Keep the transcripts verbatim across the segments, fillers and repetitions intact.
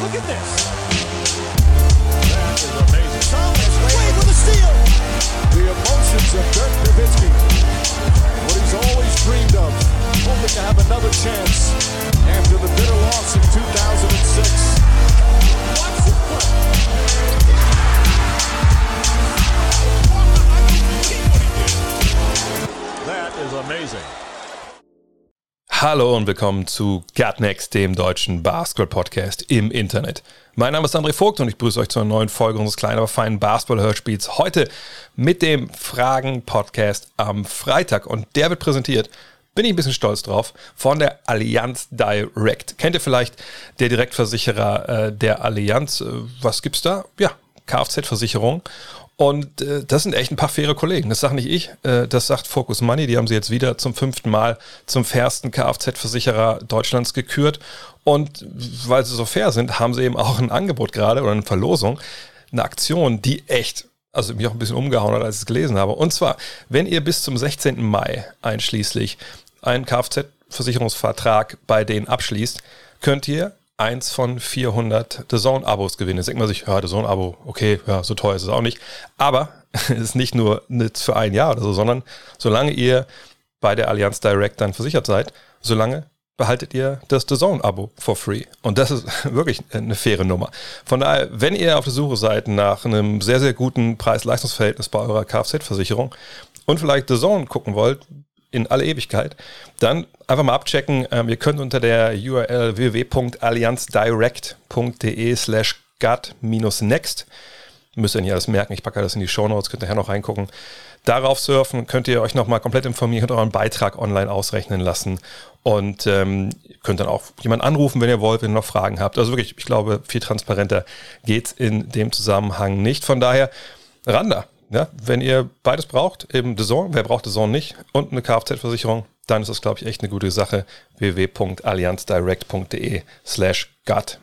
Look at this. That is amazing. Thomas Wade with a steal. The emotions of Dirk Nowitzki. What he's always dreamed of. Hoping to have another chance after the bitter loss in two thousand six. Watch the play. That is amazing. Hallo und willkommen zu Gut Next, dem deutschen Basketball-Podcast im Internet. Mein Name ist André Vogt und ich begrüße euch zu einer neuen Folge unseres kleinen, aber feinen Basketball-Hörspiels. Heute mit dem Fragen-Podcast am Freitag. Und der wird präsentiert, bin ich ein bisschen stolz drauf, von der Allianz Direct. Kennt ihr vielleicht der Direktversicherer äh, der Allianz? Äh, was gibt's da? Ja, Kfz-Versicherung. Und äh, das sind echt ein paar faire Kollegen. Das sage nicht ich, äh, das sagt Focus Money. Die haben sie jetzt wieder zum fünften Mal zum fairsten Kfz-Versicherer Deutschlands gekürt. Und weil sie so fair sind, haben sie eben auch ein Angebot gerade oder eine Verlosung, eine Aktion, die echt, also mich auch ein bisschen umgehauen hat, als ich es gelesen habe. Und zwar, wenn ihr bis zum sechzehnten Mai einschließlich einen Kfz-Versicherungsvertrag bei denen abschließt, könnt ihr eins von vierhundert The Zone-Abos gewinnen. Jetzt denkt man sich, ja, The Zone-Abo, okay, ja, so teuer ist es auch nicht. Aber es ist nicht nur für ein Jahr oder so, sondern solange ihr bei der Allianz Direct dann versichert seid, solange behaltet ihr das The Zone-Abo for free. Und das ist wirklich eine faire Nummer. Von daher, wenn ihr auf der Suche seid nach einem sehr, sehr guten Preis-Leistungs-Verhältnis bei eurer Kfz-Versicherung und vielleicht The Zone gucken wollt, in alle Ewigkeit, dann einfach mal abchecken. Ähm, ihr könnt unter der U R L w w w punkt allianzdirect punkt d e slash gut next, müsst ihr nicht alles merken, ich packe das in die Shownotes, könnt ihr nachher noch reingucken. Darauf surfen, könnt ihr euch nochmal komplett informieren, könnt euren Beitrag online ausrechnen lassen und ähm, könnt dann auch jemanden anrufen, wenn ihr wollt, wenn ihr noch Fragen habt. Also wirklich, ich glaube, viel transparenter geht's in dem Zusammenhang nicht. Von daher, ran da. Ja, wenn ihr beides braucht, eben The Zone, wer braucht The Zone nicht, und eine Kfz-Versicherung, dann ist das, glaube ich, echt eine gute Sache. w w w punkt allianzdirect punkt d e slash gut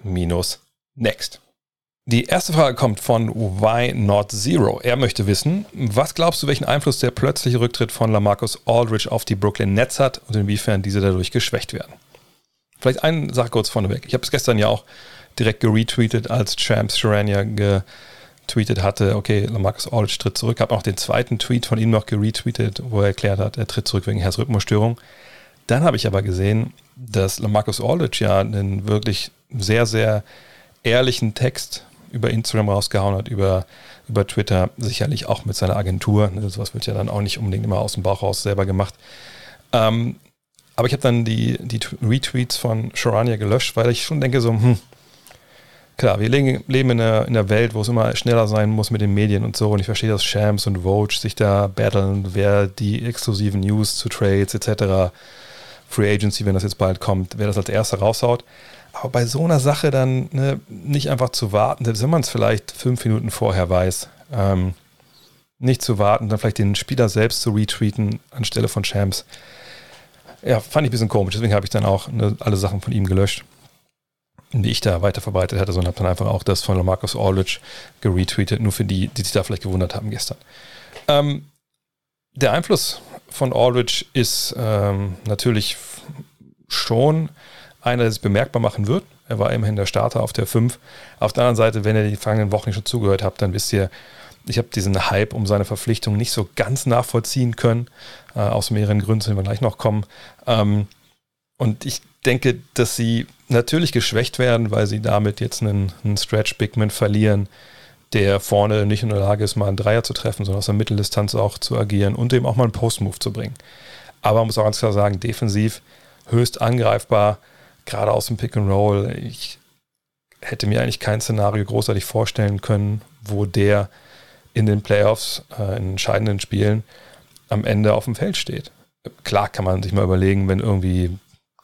next. Die erste Frage kommt von Why Not Zero. Er möchte wissen, was glaubst du, welchen Einfluss der plötzliche Rücktritt von LaMarcus Aldridge auf die Brooklyn Nets hat und inwiefern diese dadurch geschwächt werden? Vielleicht eine Sache kurz vorneweg. Ich habe es gestern ja auch direkt geretweetet, als Champs Charania ge tweetet hatte, okay, LaMarcus Aldridge tritt zurück. Ich habe auch den zweiten Tweet von ihm noch geretweetet, wo er erklärt hat, er tritt zurück wegen Herzrhythmusstörung. Dann habe ich aber gesehen, dass LaMarcus Aldridge ja einen wirklich sehr, sehr ehrlichen Text über Instagram rausgehauen hat, über, über Twitter, sicherlich auch mit seiner Agentur. Sowas wird ja dann auch nicht unbedingt immer aus dem Bauch raus selber gemacht. Ähm, aber ich habe dann die, die Retweets von Charania gelöscht, weil ich schon denke so, hm, klar, wir leben in einer, in einer Welt, wo es immer schneller sein muss mit den Medien und so. Und ich verstehe, dass Shams und Woj sich da battlen, wer die exklusiven News zu Trades et cetera, Free Agency, wenn das jetzt bald kommt, wer das als erster raushaut. Aber bei so einer Sache dann ne, nicht einfach zu warten, selbst wenn man es vielleicht fünf Minuten vorher weiß, ähm, nicht zu warten, dann vielleicht den Spieler selbst zu retweeten anstelle von Shams. Ja, fand ich ein bisschen komisch. Deswegen habe ich dann auch ne, alle Sachen von ihm gelöscht, die ich da weiter verbreitet hatte, sondern habe dann einfach auch das von LaMarcus Aldridge geretweetet, nur für die, die sich da vielleicht gewundert haben gestern. Ähm, der Einfluss von Aldridge ist ähm, natürlich schon einer, der sich bemerkbar machen wird. Er war immerhin der Starter auf der fünf. Auf der anderen Seite, wenn ihr die vergangenen Wochen schon zugehört habt, dann wisst ihr, ich habe diesen Hype um seine Verpflichtung nicht so ganz nachvollziehen können, äh, aus mehreren Gründen, zu denen wir gleich noch kommen. Ähm, und ich denke, dass sie natürlich geschwächt werden, weil sie damit jetzt einen, einen Stretch-Bigman verlieren, der vorne nicht in der Lage ist, mal einen Dreier zu treffen, sondern aus der Mitteldistanz auch zu agieren und eben auch mal einen Post-Move zu bringen. Aber man muss auch ganz klar sagen, defensiv höchst angreifbar, gerade aus dem Pick-and-Roll. Ich hätte mir eigentlich kein Szenario großartig vorstellen können, wo der in den Playoffs, äh, in entscheidenden Spielen am Ende auf dem Feld steht. Klar kann man sich mal überlegen, wenn irgendwie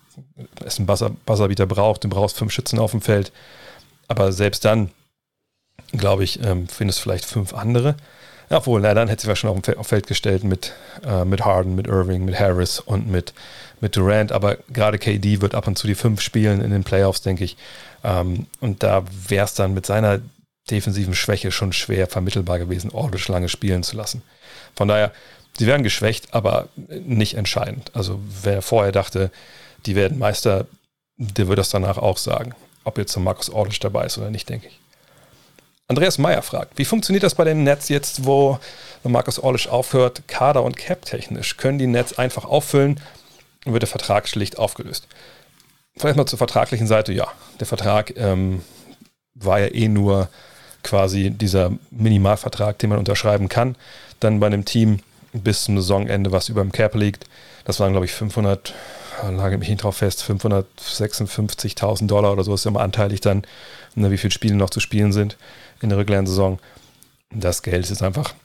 es einen Buzzer, Buzzerbeater braucht, du brauchst fünf Schützen auf dem Feld. Aber selbst dann, glaube ich, ähm, findest du vielleicht fünf andere. Ja, obwohl, na, dann hätte sie ja schon auf dem Feld, auf Feld gestellt mit, äh, mit Harden, mit Irving, mit Harris und mit, mit Durant. Aber gerade K D wird ab und zu die fünf spielen in den Playoffs, denke ich. Ähm, und da wäre es dann mit seiner defensiven Schwäche schon schwer vermittelbar gewesen, Aldridge lange spielen zu lassen. Von daher, sie werden geschwächt, aber nicht entscheidend. Also wer vorher dachte, die werden Meister, der wird das danach auch sagen. ob jetzt so Marcus Aldridge dabei ist oder nicht, denke ich. Andreas Meyer fragt, wie funktioniert das bei den Nets jetzt, wo Marcus Aldridge aufhört, Kader- und Cap-technisch? Können die Nets einfach auffüllen und wird der Vertrag schlicht aufgelöst? Vielleicht mal zur vertraglichen Seite, ja. Der Vertrag ähm, war ja eh nur quasi dieser Minimalvertrag, den man unterschreiben kann. Dann bei einem Team bis zum Saisonende, was über dem Cap liegt. Das waren, glaube ich, fünfhundert, lage mich nicht drauf fest, fünfhundertsechsundfünfzigtausend Dollar oder so ist ja immer anteilig dann, ne, wie viele Spiele noch zu spielen sind in der regulären Saison. Das Geld ist einfach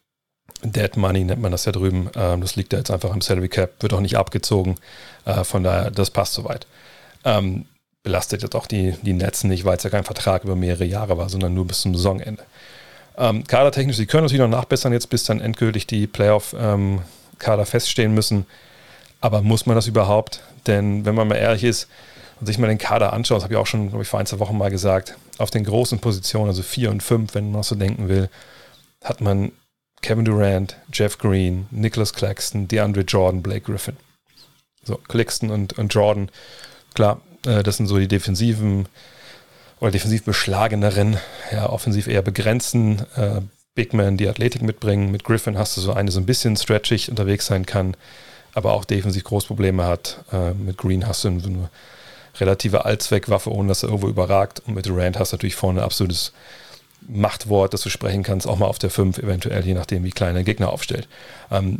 Dead Money, nennt man das ja drüben. Ähm, das liegt da jetzt einfach im Salary Cap, wird auch nicht abgezogen. Äh, von daher, das passt soweit. Ähm, belastet jetzt auch die, die Nets nicht, weil es ja kein Vertrag über mehrere Jahre war, sondern nur bis zum Saisonende. Ähm, kadertechnisch, sie können natürlich noch nachbessern jetzt, bis dann endgültig die Playoff-Kader ähm, feststehen müssen. Aber muss man das überhaupt? Denn wenn man mal ehrlich ist und sich mal den Kader anschaut, das habe ich auch schon, glaube ich, vor ein, zwei Wochen mal gesagt, auf den großen Positionen, also vier und fünf, wenn man so denken will, hat man Kevin Durant, Jeff Green, Nicholas Claxton, DeAndre Jordan, Blake Griffin. So, Claxton und, und Jordan, klar, äh, das sind so die defensiven oder defensiv beschlageneren, ja, offensiv eher begrenzten äh, Big Men, die Athletik mitbringen. Mit Griffin hast du so eine, so ein bisschen stretchig unterwegs sein kann, aber auch defensiv Großprobleme hat. Äh, mit Green hast du so eine relative Allzweckwaffe, ohne dass er irgendwo überragt. Und mit Durant hast du natürlich vorne ein absolutes Machtwort, das du sprechen kannst, auch mal auf der fünf, eventuell, je nachdem, wie klein der Gegner aufstellt. Ähm,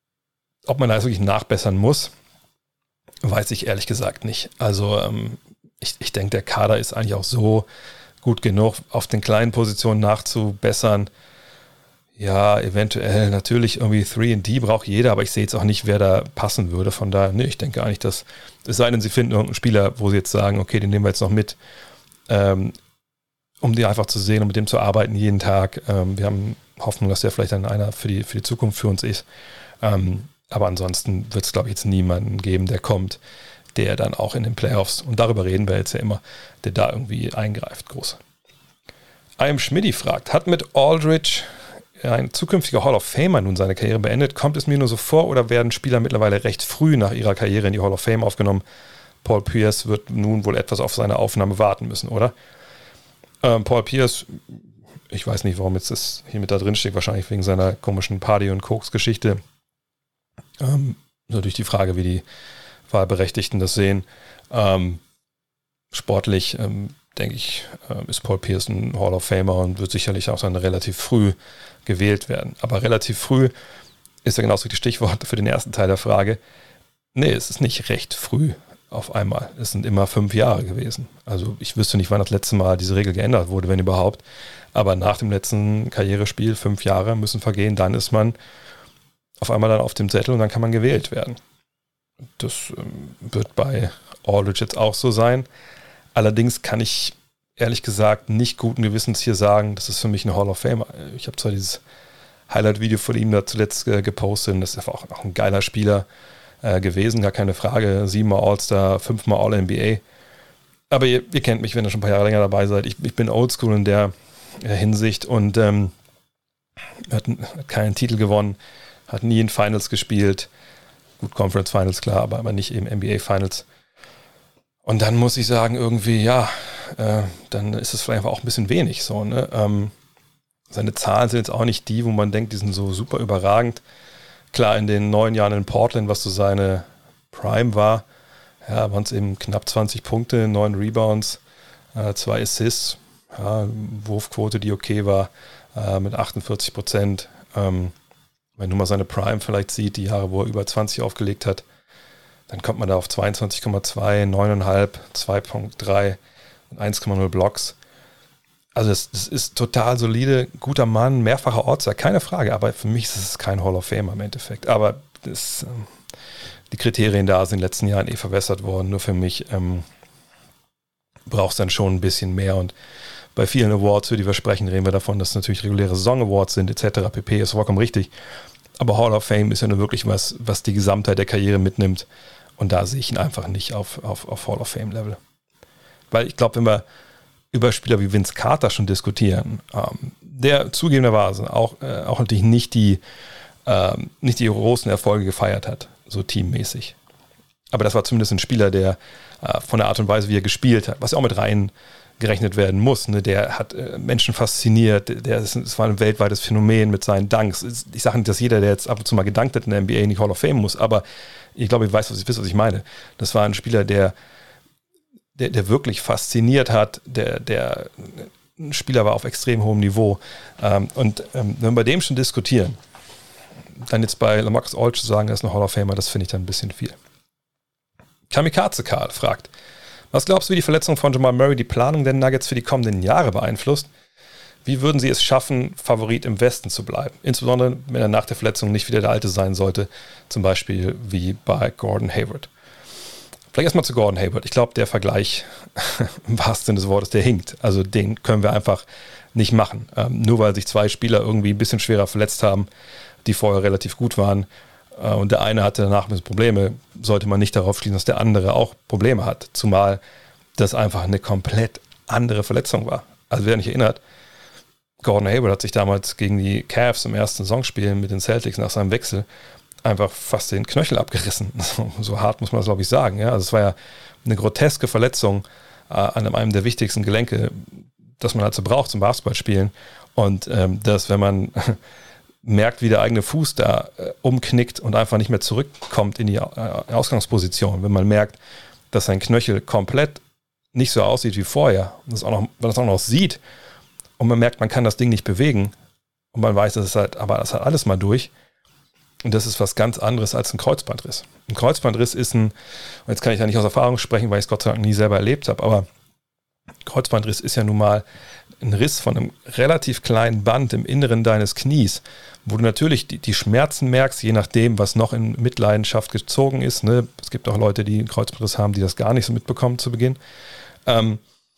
ob man da wirklich nachbessern muss, weiß ich ehrlich gesagt nicht. Also ähm, ich, ich denke, der Kader ist eigentlich auch so gut genug, auf den kleinen Positionen nachzubessern. Ja, eventuell natürlich irgendwie drei und D braucht jeder, aber ich sehe jetzt auch nicht, wer da passen würde. Von daher, nee, ich denke eigentlich, dass, es sei denn, sie finden irgendeinen Spieler, wo sie jetzt sagen, okay, den nehmen wir jetzt noch mit, ähm, um die einfach zu sehen und mit dem zu arbeiten jeden Tag. Ähm, wir haben Hoffnung, dass der vielleicht dann einer für die, für die Zukunft für uns ist. Ähm, aber ansonsten wird es, glaube ich, jetzt niemanden geben, der kommt, der dann auch in den Playoffs, und darüber reden wir jetzt ja immer, der da irgendwie eingreift, groß. I am Schmidti fragt, hat mit Aldridge ein zukünftiger Hall of Famer nun seine Karriere beendet? Kommt es mir nur so vor oder werden Spieler mittlerweile recht früh nach ihrer Karriere in die Hall of Fame aufgenommen? Paul Pierce wird nun wohl etwas auf seine Aufnahme warten müssen, oder? Ähm, Paul Pierce, ich weiß nicht, warum jetzt das hier mit da drin steht, wahrscheinlich wegen seiner komischen Party- und Koks-Geschichte. Ähm, natürlich die Frage, wie die Wahlberechtigten das sehen. Ähm, sportlich, ähm, denke ich, äh, ist Paul Pierce ein Hall of Famer und wird sicherlich auch dann relativ früh gewählt werden. Aber relativ früh ist ja genauso das Stichwort für den ersten Teil der Frage. Nee, es ist nicht recht früh auf einmal. Es sind immer fünf Jahre gewesen. Also ich wüsste nicht, wann das letzte Mal diese Regel geändert wurde, wenn überhaupt. Aber nach dem letzten Karrierespiel, fünf Jahre müssen vergehen, dann ist man auf einmal dann auf dem Zettel und dann kann man gewählt werden. Das ähm, wird bei Aldridge jetzt auch so sein. Allerdings kann ich ehrlich gesagt nicht guten Gewissens hier sagen, das ist für mich ein Hall of Famer. Ich habe zwar dieses Highlight-Video von ihm da zuletzt äh, gepostet und das ist einfach auch, auch ein geiler Spieler äh, gewesen, gar keine Frage. Siebenmal All-Star, fünfmal All-N B A. Aber ihr, ihr kennt mich, wenn ihr schon ein paar Jahre länger dabei seid. Ich, ich bin oldschool in der äh, Hinsicht und ähm, hat, hat keinen Titel gewonnen, hat nie in Finals gespielt. Gut, Conference Finals, klar, aber, aber nicht eben N B A Finals. Und dann muss ich sagen, irgendwie, ja, äh, dann ist es vielleicht einfach auch ein bisschen wenig. So, ne? ähm, seine Zahlen sind jetzt auch nicht die, wo man denkt, die sind so super überragend. Klar, in den neun Jahren in Portland, was so seine Prime war, ja, waren es eben knapp zwanzig Punkte, neun Rebounds, äh, zwei Assists, ja, Wurfquote, die okay war, äh, mit achtundvierzig Prozent. Ähm, wenn du mal seine Prime vielleicht sieht, die Jahre, wo er über zwanzig aufgelegt hat, dann kommt man da auf zweiundzwanzig Komma zwei, neun Komma fünf, zwei Komma drei und eins Komma null Blocks. Also es, es ist total solide, guter Mann, mehrfacher All-Star, keine Frage, aber für mich ist es kein Hall of Famer im Endeffekt. Aber das, ähm, die Kriterien da sind in den letzten Jahren eh verwässert worden. Nur für mich ähm, braucht es dann schon ein bisschen mehr. Und bei vielen Awards, für die wir sprechen, reden wir davon, dass es natürlich reguläre Saison-Awards sind, et cetera pp. Ist vollkommen richtig. Aber Hall of Fame ist ja nur wirklich was, was die Gesamtheit der Karriere mitnimmt. Und da sehe ich ihn einfach nicht auf, auf, auf Hall of Fame-Level. Weil ich glaube, wenn wir über Spieler wie Vince Carter schon diskutieren, ähm, der zugegebenerweise auch, äh, auch natürlich nicht die, ähm, nicht die großen Erfolge gefeiert hat, so teammäßig. Aber das war zumindest ein Spieler, der äh, von der Art und Weise, wie er gespielt hat, was ja auch mit rein gerechnet werden muss. Ne? Der hat äh, Menschen fasziniert, der ist, es war ein weltweites Phänomen mit seinen Dunks. Ich sage nicht, dass jeder, der jetzt ab und zu mal gedankt hat in der N B A, in die Hall of Fame muss, aber ich glaube, ich weiß, was ich, wisst, was ich meine. Das war ein Spieler, der, der, der wirklich fasziniert hat, der, der ein Spieler war auf extrem hohem Niveau. Ähm, und ähm, wenn wir bei dem schon diskutieren, dann jetzt bei LaMarcus Aldridge zu sagen, er ist ein Hall of Famer, das finde ich dann ein bisschen viel. Kamikaze Karl fragt, was glaubst du, wie die Verletzung von Jamal Murray die Planung der Nuggets für die kommenden Jahre beeinflusst? Wie würden sie es schaffen, Favorit im Westen zu bleiben? Insbesondere, wenn er nach der Verletzung nicht wieder der Alte sein sollte, zum Beispiel wie bei Gordon Hayward. Vielleicht erstmal zu Gordon Hayward. Ich glaube, der Vergleich im wahrsten Sinne des Wortes, der hinkt. Also den können wir einfach nicht machen. Ähm, nur weil sich zwei Spieler irgendwie ein bisschen schwerer verletzt haben, die vorher relativ gut waren, äh, und der eine hatte danach ein bisschen Probleme, sollte man nicht darauf schließen, dass der andere auch Probleme hat. Zumal das einfach eine komplett andere Verletzung war. Also wer nicht erinnert, Gordon Hayward hat sich damals gegen die Cavs im ersten Saisonspiel mit den Celtics nach seinem Wechsel einfach fast den Knöchel abgerissen. So, so hart muss man das, glaube ich, sagen. Ja? Also es war ja eine groteske Verletzung äh, an einem der wichtigsten Gelenke, das man halt so braucht zum Basketballspielen. Und ähm, dass, wenn man merkt, wie der eigene Fuß da äh, umknickt und einfach nicht mehr zurückkommt in die äh, Ausgangsposition, wenn man merkt, dass sein Knöchel komplett nicht so aussieht wie vorher, und das auch noch, man das auch noch sieht, und man merkt, man kann das Ding nicht bewegen und man weiß, das ist halt, aber das hat alles mal durch. Und das ist was ganz anderes als ein Kreuzbandriss. Ein Kreuzbandriss ist ein, und jetzt kann ich ja nicht aus Erfahrung sprechen, weil ich es Gott sei Dank nie selber erlebt habe, aber Kreuzbandriss ist ja nun mal ein Riss von einem relativ kleinen Band im Inneren deines Knies, wo du natürlich die, die Schmerzen merkst, je nachdem, was noch in Mitleidenschaft gezogen ist. Ne? Es gibt auch Leute, die einen Kreuzbandriss haben, die das gar nicht so mitbekommen zu Beginn. Ähm,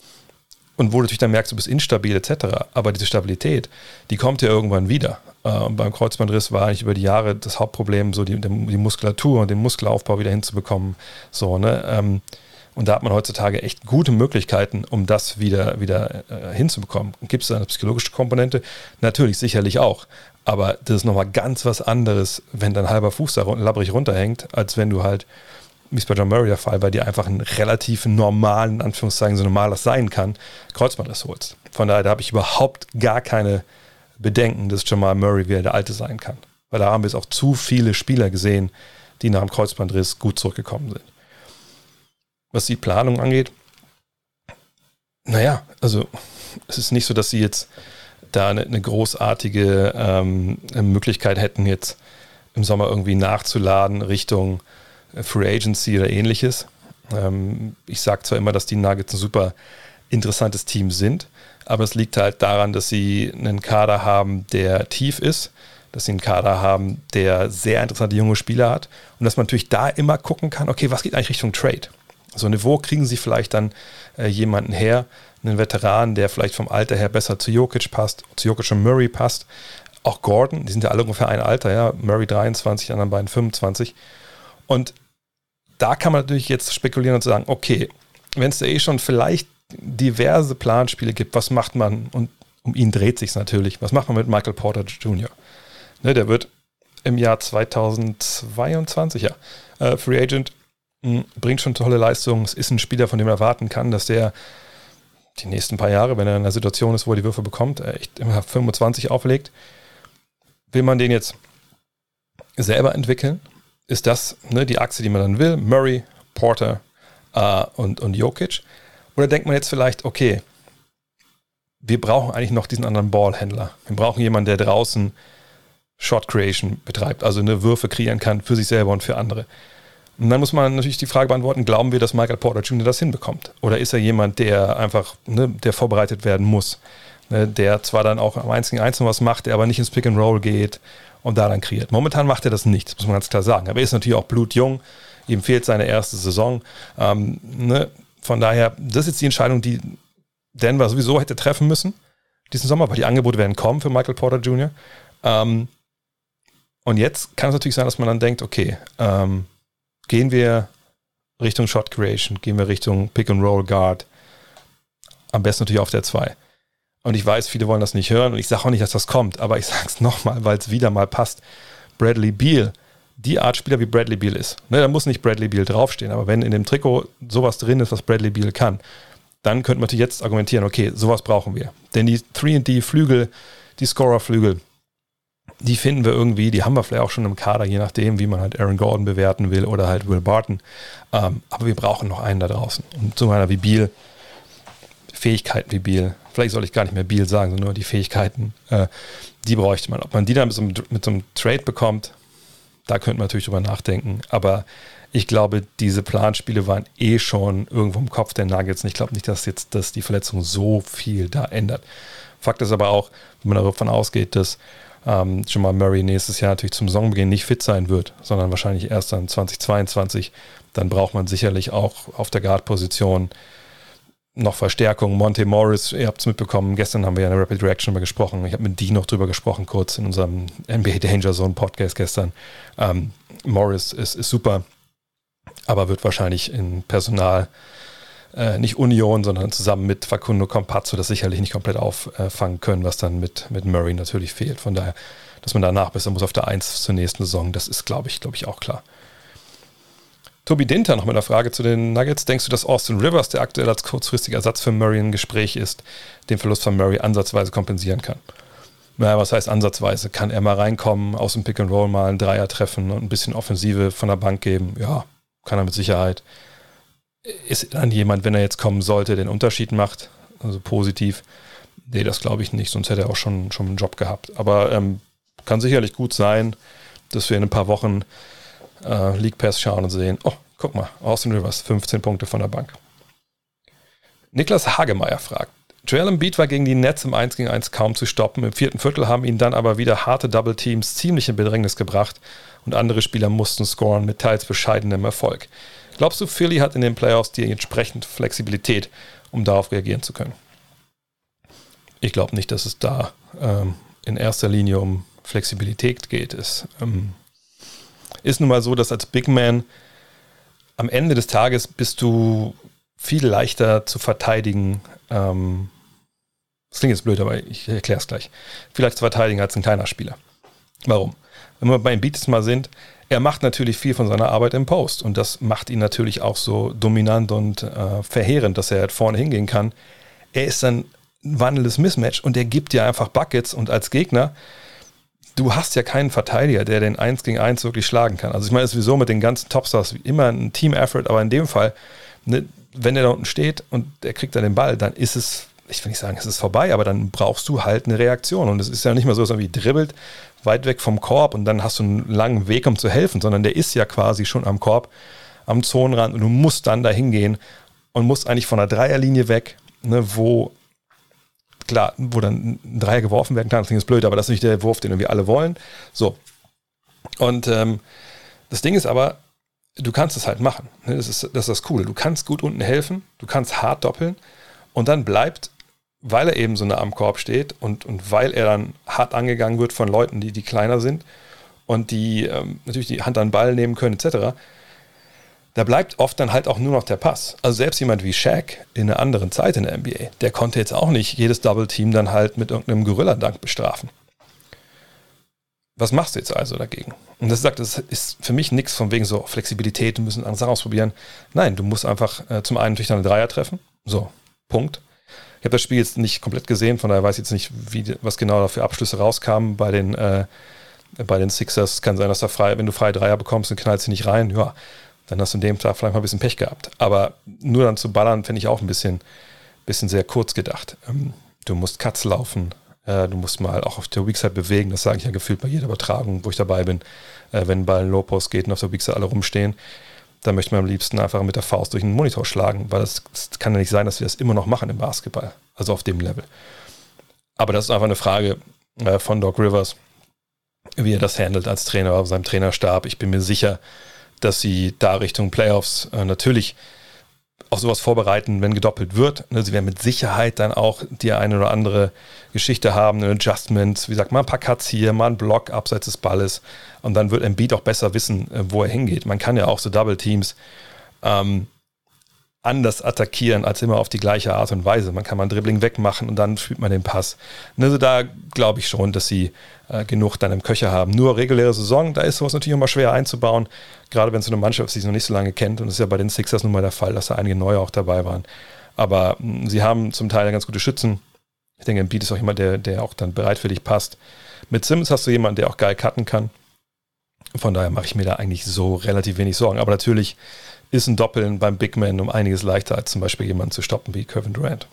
Und wo du natürlich dann merkst, du bist instabil et cetera. Aber diese Stabilität, die kommt ja irgendwann wieder. Und beim Kreuzbandriss war eigentlich über die Jahre das Hauptproblem, so die, die Muskulatur und den Muskelaufbau wieder hinzubekommen. So, ne? Und da hat man heutzutage echt gute Möglichkeiten, um das wieder, wieder hinzubekommen. Gibt es da eine psychologische Komponente? Natürlich, sicherlich auch. Aber das ist nochmal ganz was anderes, wenn dein halber Fuß da labbrig runterhängt, als wenn du halt, wie es bei John Murray der Fall war, die einfach einen relativ normalen, in Anführungszeichen, so normal das sein kann, Kreuzbandriss holst. Von daher, da habe ich überhaupt gar keine Bedenken, dass Jamal Murray wieder der Alte sein kann. Weil da haben wir jetzt auch zu viele Spieler gesehen, die nach dem Kreuzbandriss gut zurückgekommen sind. Was die Planung angeht, naja, also es ist nicht so, dass sie jetzt da eine, eine großartige ähm, Möglichkeit hätten, jetzt im Sommer irgendwie nachzuladen Richtung Free Agency oder ähnliches. Ähm, ich sage zwar immer, dass die Nuggets ein super interessantes Team sind, aber es liegt halt daran, dass sie einen Kader haben, der tief ist, dass sie einen Kader haben, der sehr interessante junge Spieler hat und dass man natürlich da immer gucken kann, okay, was geht eigentlich Richtung Trade? So, ne, wo kriegen sie vielleicht dann äh, jemanden her, einen Veteran, der vielleicht vom Alter her besser zu Jokic passt, zu Jokic und Murray passt, auch Gordon, die sind ja alle ungefähr ein Alter, ja, Murray dreiundzwanzig, die anderen beiden fünfundzwanzig. Und da kann man natürlich jetzt spekulieren und sagen, okay, wenn es da eh schon vielleicht diverse Planspiele gibt, was macht man, und um ihn dreht sich natürlich, was macht man mit Michael Porter Junior? Ne, der wird im Jahr zweitausendzweiundzwanzig, ja, äh, Free Agent, mh, bringt schon tolle Leistungen, es ist ein Spieler, von dem man erwarten kann, dass der die nächsten paar Jahre, wenn er in einer Situation ist, wo er die Würfe bekommt, echt immer fünfundzwanzig auflegt. Will man den jetzt selber entwickeln? Ist das, ne, die Achse, die man dann will? Murray, Porter äh, und, und Jokic? Oder denkt man jetzt vielleicht, okay, wir brauchen eigentlich noch diesen anderen Ballhändler. Wir brauchen jemanden, der draußen Shot Creation betreibt, also eine Würfe kreieren kann für sich selber und für andere. Und dann muss man natürlich die Frage beantworten, glauben wir, dass Michael Porter Junior das hinbekommt? Oder ist er jemand, der einfach, ne, der vorbereitet werden muss? Ne, der zwar dann auch am einzigen Einzelnen was macht, der aber nicht ins Pick and Roll geht und da dann kreiert. Momentan macht er das nicht, das muss man ganz klar sagen. Aber er ist natürlich auch blutjung, ihm fehlt seine erste Saison. Ähm, ne, von daher, das ist jetzt die Entscheidung, die Denver sowieso hätte treffen müssen diesen Sommer, weil die Angebote werden kommen für Michael Porter Junior Ähm, und jetzt kann es natürlich sein, dass man dann denkt, okay, ähm, gehen wir Richtung Shot Creation, gehen wir Richtung Pick and Roll Guard, am besten natürlich auf der zwei. Und ich weiß, viele wollen das nicht hören und ich sage auch nicht, dass das kommt, aber ich sage es nochmal, weil es wieder mal passt. Bradley Beal die Art Spieler wie Bradley Beal ist, ne, da muss nicht Bradley Beal draufstehen, aber wenn in dem Trikot sowas drin ist, was Bradley Beal kann, dann könnte man natürlich jetzt argumentieren, okay, sowas brauchen wir. Denn die drei und D Flügel, die Scorer-Flügel, die finden wir irgendwie, die haben wir vielleicht auch schon im Kader, je nachdem, wie man halt Aaron Gordon bewerten will oder halt Will Barton. Ähm, aber wir brauchen noch einen da draußen. Und so einer wie Beal, Fähigkeiten wie Beal, vielleicht soll ich gar nicht mehr Beal sagen, sondern nur die Fähigkeiten, äh, die bräuchte man. Ob man die dann mit so, einem, mit so einem Trade bekommt, da könnte man natürlich drüber nachdenken. Aber ich glaube, diese Planspiele waren eh schon irgendwo im Kopf der Nuggets. Und ich glaube nicht, dass jetzt dass die Verletzung so viel da ändert. Fakt ist aber auch, wenn man davon ausgeht, dass ähm, Jamal Murray nächstes Jahr natürlich zum Saisonbeginn nicht fit sein wird, sondern wahrscheinlich erst dann zwanzig zweiundzwanzig, dann braucht man sicherlich auch auf der Guard-Position noch Verstärkung. Monte Morris, ihr habt es mitbekommen, gestern haben wir ja in der Rapid Reaction mal gesprochen. Ich habe mit Dee noch drüber gesprochen, kurz in unserem N B A Danger Zone Podcast gestern. Ähm, Morris ist, ist super, aber wird wahrscheinlich in Personal äh, nicht Union, sondern zusammen mit Facundo Campazzo das sicherlich nicht komplett auffangen können, was dann mit, mit Murray natürlich fehlt. Von daher, dass man danach besser muss auf der eins zur nächsten Saison, das ist, glaube ich, glaube ich, auch klar. Tobi Dinter noch mit einer Frage zu den Nuggets. Denkst du, dass Austin Rivers, der aktuell als kurzfristiger Ersatz für Murray im Gespräch ist, den Verlust von Murray ansatzweise kompensieren kann? Naja, was heißt ansatzweise? Kann er mal reinkommen, aus dem Pick and Roll mal einen Dreier treffen und ein bisschen Offensive von der Bank geben? Ja, kann er mit Sicherheit. Ist dann jemand, wenn er jetzt kommen sollte, den Unterschied macht? Also positiv? Nee, das glaube ich nicht, sonst hätte er auch schon, schon einen Job gehabt. Aber ähm, kann sicherlich gut sein, dass wir in ein paar Wochen äh, League Pass schauen und sehen, oh, guck mal, Austin Rivers, fünfzehn Punkte von der Bank. Niklas Hagemeyer fragt, Joel Embiid war gegen die Nets im eins gegen eins kaum zu stoppen. Im vierten Viertel haben ihn dann aber wieder harte Double Teams ziemlich in Bedrängnis gebracht und andere Spieler mussten scoren mit teils bescheidenem Erfolg. Glaubst du, Philly hat in den Playoffs die entsprechende Flexibilität, um darauf reagieren zu können? Ich glaube nicht, dass es da ähm, in erster Linie um Flexibilität geht. Es ähm, ist nun mal so, dass als Big Man am Ende des Tages bist du viel leichter zu verteidigen. Ähm, das klingt jetzt blöd, aber ich erkläre es gleich. Viel leichter zu verteidigen als ein kleiner Spieler. Warum? Wenn wir bei Embiid jetzt mal sind, er macht natürlich viel von seiner Arbeit im Post und das macht ihn natürlich auch so dominant und äh, verheerend, dass er halt vorne hingehen kann. Er ist dann ein wandelndes Mismatch und er gibt dir einfach Buckets und als Gegner, du hast ja keinen Verteidiger, der den eins gegen eins wirklich schlagen kann. Also ich meine, es ist sowieso mit den ganzen Topstars immer ein Team-Effort, aber in dem Fall, ne, wenn er da unten steht und er kriegt dann den Ball, dann ist es, ich will nicht sagen, es ist vorbei, aber dann brauchst du halt eine Reaktion und es ist ja nicht mal so, dass er irgendwie dribbelt, weit weg vom Korb und dann hast du einen langen Weg, um zu helfen, sondern der ist ja quasi schon am Korb, am Zonenrand und du musst dann da hingehen und musst eigentlich von der Dreierlinie weg, ne, wo klar, wo dann ein Dreier geworfen werden kann, das ist blöd, aber das ist nicht der Wurf, den irgendwie alle wollen. So. Und ähm, das Ding ist aber, du kannst es halt machen. Ne? Das ist, das ist das Coole. Du kannst gut unten helfen, du kannst hart doppeln und dann bleibt, weil er eben so nah am Korb steht und, und weil er dann hart angegangen wird von Leuten, die, die kleiner sind und die ähm, natürlich die Hand an den Ball nehmen können, et cetera, da bleibt oft dann halt auch nur noch der Pass. Also selbst jemand wie Shaq in einer anderen Zeit in der N B A, der konnte jetzt auch nicht jedes Double-Team dann halt mit irgendeinem Gorilla-Dunk bestrafen. Was machst du jetzt also dagegen? Und das sagt, das ist für mich nichts von wegen so Flexibilität, du musst andere Sachen ausprobieren. Nein, du musst einfach äh, zum einen natürlich deine Dreier treffen. So, Punkt. Ich habe das Spiel jetzt nicht komplett gesehen, von daher weiß ich jetzt nicht, wie, was genau da für Abschlüsse rauskamen bei den, äh, bei den Sixers. Es kann sein, dass da frei, wenn du freie Dreier bekommst, dann knallst du nicht rein. Ja, dann hast du in dem Tag vielleicht mal ein bisschen Pech gehabt. Aber nur dann zu ballern, finde ich auch ein bisschen, bisschen sehr kurz gedacht. Ähm, du musst Cuts laufen, äh, du musst mal auch auf der Weakside bewegen, das sage ich ja gefühlt bei jeder Übertragung, wo ich dabei bin. Äh, wenn ein Ball in Low Post geht und auf der Weakside alle rumstehen, dann möchte man am liebsten einfach mit der Faust durch den Monitor schlagen, weil das, das kann ja nicht sein, dass wir das immer noch machen im Basketball, also auf dem Level. Aber das ist einfach eine Frage äh, von Doc Rivers, wie er das handelt als Trainer auf seinem Trainerstab. Ich bin mir sicher, dass sie da Richtung Playoffs äh, natürlich auf sowas vorbereiten, wenn gedoppelt wird. Sie werden mit Sicherheit dann auch die eine oder andere Geschichte haben, ein Adjustment, wie gesagt, mal ein paar Cuts hier, mal ein Block abseits des Balles und dann wird Embiid auch besser wissen, wo er hingeht. Man kann ja auch so Double Teams ähm, anders attackieren als immer auf die gleiche Art und Weise. Man kann mal ein Dribbling wegmachen und dann fühlt man den Pass. Also da glaube ich schon, dass sie äh, genug dann im Köcher haben. Nur reguläre Saison, da ist sowas natürlich immer schwer einzubauen, gerade wenn es so eine Mannschaft sich noch nicht so lange kennt. Und das ist ja bei den Sixers nun mal der Fall, dass da einige Neue auch dabei waren. Aber mh, sie haben zum Teil ganz gute Schützen. Ich denke, Embiid ist auch jemand, der, der auch dann bereitwillig passt. Mit Simmons hast du jemanden, der auch geil cutten kann. Von daher mache ich mir da eigentlich so relativ wenig Sorgen. Aber natürlich ist ein Doppeln beim Big Man um einiges leichter, als zum Beispiel jemanden zu stoppen wie Kevin Durant.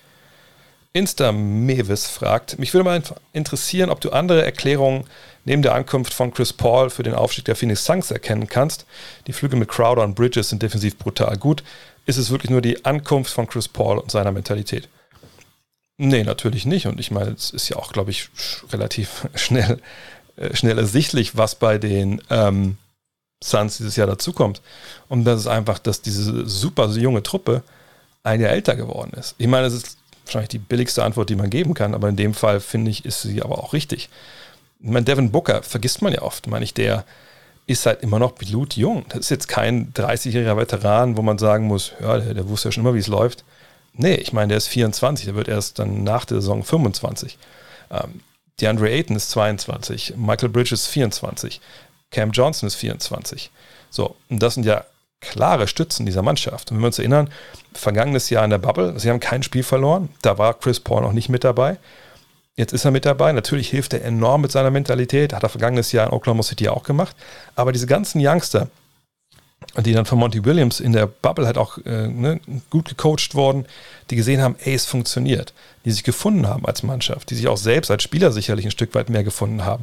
Insta Mewis fragt, mich würde mal interessieren, ob du andere Erklärungen neben der Ankunft von Chris Paul für den Aufstieg der Phoenix Suns erkennen kannst. Die Flüge mit Crowder und Bridges sind defensiv brutal gut. Ist es wirklich nur die Ankunft von Chris Paul und seiner Mentalität? Nee, natürlich nicht. Und ich meine, es ist ja auch, glaube ich, relativ schnell, äh, schnell ersichtlich, was bei den ähm, Suns dieses Jahr dazukommt. Und das ist einfach, dass diese super junge Truppe ein Jahr älter geworden ist. Ich meine, das ist wahrscheinlich die billigste Antwort, die man geben kann, aber in dem Fall, finde ich, ist sie aber auch richtig. Ich meine, Devin Booker vergisst man ja oft, meine ich, der ist halt immer noch blutjung. Das ist jetzt kein dreißigjähriger Veteran, wo man sagen muss, ja, der, der wusste ja schon immer, wie es läuft. Nee, ich meine, der ist vierundzwanzig, der wird erst dann nach der Saison fünfundzwanzig. Ähm, DeAndre Ayton ist zweiundzwanzig, Michael Bridges ist vierundzwanzig. Cam Johnson ist vierundzwanzig. So, und das sind ja klare Stützen dieser Mannschaft. Und wenn wir uns erinnern, vergangenes Jahr in der Bubble, sie haben kein Spiel verloren, da war Chris Paul noch nicht mit dabei. Jetzt ist er mit dabei, natürlich hilft er enorm mit seiner Mentalität, hat er vergangenes Jahr in Oklahoma City auch gemacht. Aber diese ganzen Youngster, die dann von Monty Williams in der Bubble halt auch äh, ne, gut gecoacht wurden, die gesehen haben, ey, es funktioniert, die sich gefunden haben als Mannschaft, die sich auch selbst als Spieler sicherlich ein Stück weit mehr gefunden haben.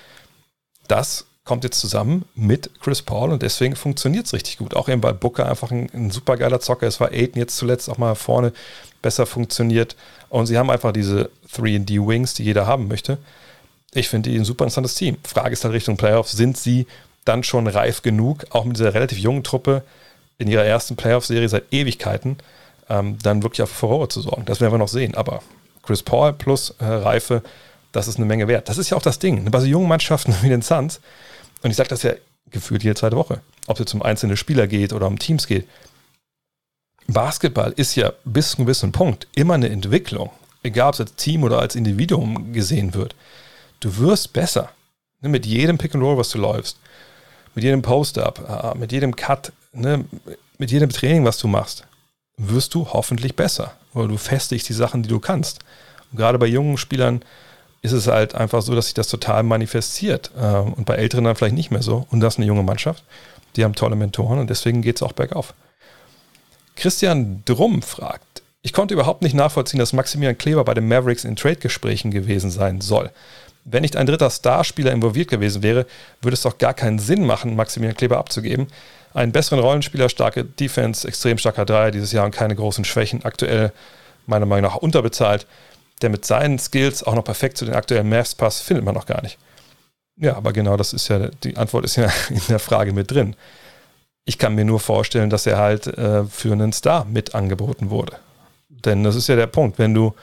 Das kommt jetzt zusammen mit Chris Paul und deswegen funktioniert es richtig gut. Auch eben bei Booker einfach ein, ein super geiler Zocker. Es war Ayton jetzt zuletzt auch mal vorne besser funktioniert. Und sie haben einfach diese drei and D Wings, die jeder haben möchte. Ich finde die ein super interessantes Team. Frage ist halt Richtung Playoffs, sind sie dann schon reif genug, auch mit dieser relativ jungen Truppe in ihrer ersten Playoff-Serie seit Ewigkeiten, ähm, dann wirklich auf Furore zu sorgen. Das werden wir noch sehen. Aber Chris Paul plus äh, Reife, das ist eine Menge wert. Das ist ja auch das Ding. Bei so jungen Mannschaften wie den Suns, und ich sage das ja gefühlt jede zweite Woche, ob es jetzt um einzelne Spieler geht oder um Teams geht. Basketball ist ja bis zu einem gewissen Punkt immer eine Entwicklung. Egal, ob es als Team oder als Individuum gesehen wird. Du wirst besser. Ne, mit jedem Pick and Roll, was du läufst. Mit jedem Post-Up, mit jedem Cut, ne, mit jedem Training, was du machst, wirst du hoffentlich besser. Oder du festigst die Sachen, die du kannst. Und gerade bei jungen Spielern ist es halt einfach so, dass sich das total manifestiert. Und bei Älteren dann vielleicht nicht mehr so. Und das ist eine junge Mannschaft. Die haben tolle Mentoren und deswegen geht es auch bergauf. Christian Drum fragt, ich konnte überhaupt nicht nachvollziehen, dass Maximilian Kleber bei den Mavericks in Trade-Gesprächen gewesen sein soll. Wenn nicht ein dritter Starspieler involviert gewesen wäre, würde es doch gar keinen Sinn machen, Maximilian Kleber abzugeben. Einen besseren Rollenspieler, starke Defense, extrem starker Dreier dieses Jahr und keine großen Schwächen. Aktuell meiner Meinung nach unterbezahlt. Der mit seinen Skills auch noch perfekt zu den aktuellen Mavs passt, findet man noch gar nicht. Ja, aber genau das ist ja, die Antwort ist ja in der Frage mit drin. Ich kann mir nur vorstellen, dass er halt äh, für einen Star mit angeboten wurde. Denn das ist ja der Punkt, wenn du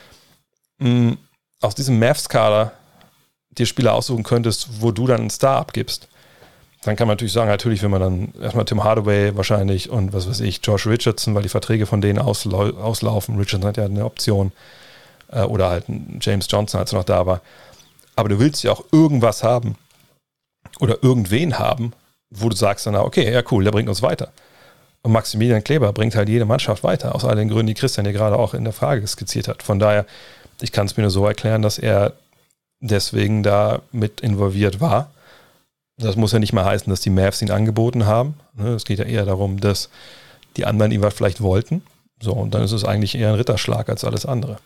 mh, aus diesem Mavs-Kader dir Spieler aussuchen könntest, wo du dann einen Star abgibst, dann kann man natürlich sagen, natürlich will man dann erstmal Tim Hardaway wahrscheinlich und was weiß ich, Josh Richardson, weil die Verträge von denen auslau- auslaufen. Richardson hat ja eine Option. Oder halt James Johnson, als er noch da war. Aber du willst ja auch irgendwas haben oder irgendwen haben, wo du sagst dann, okay, ja cool, der bringt uns weiter. Und Maximilian Kleber bringt halt jede Mannschaft weiter, aus all den Gründen, die Christian hier gerade auch in der Frage skizziert hat. Von daher, ich kann es mir nur so erklären, dass er deswegen da mit involviert war. Das muss ja nicht mal heißen, dass die Mavs ihn angeboten haben. Es geht ja eher darum, dass die anderen ihn vielleicht wollten. So, und dann ist es eigentlich eher ein Ritterschlag als alles andere.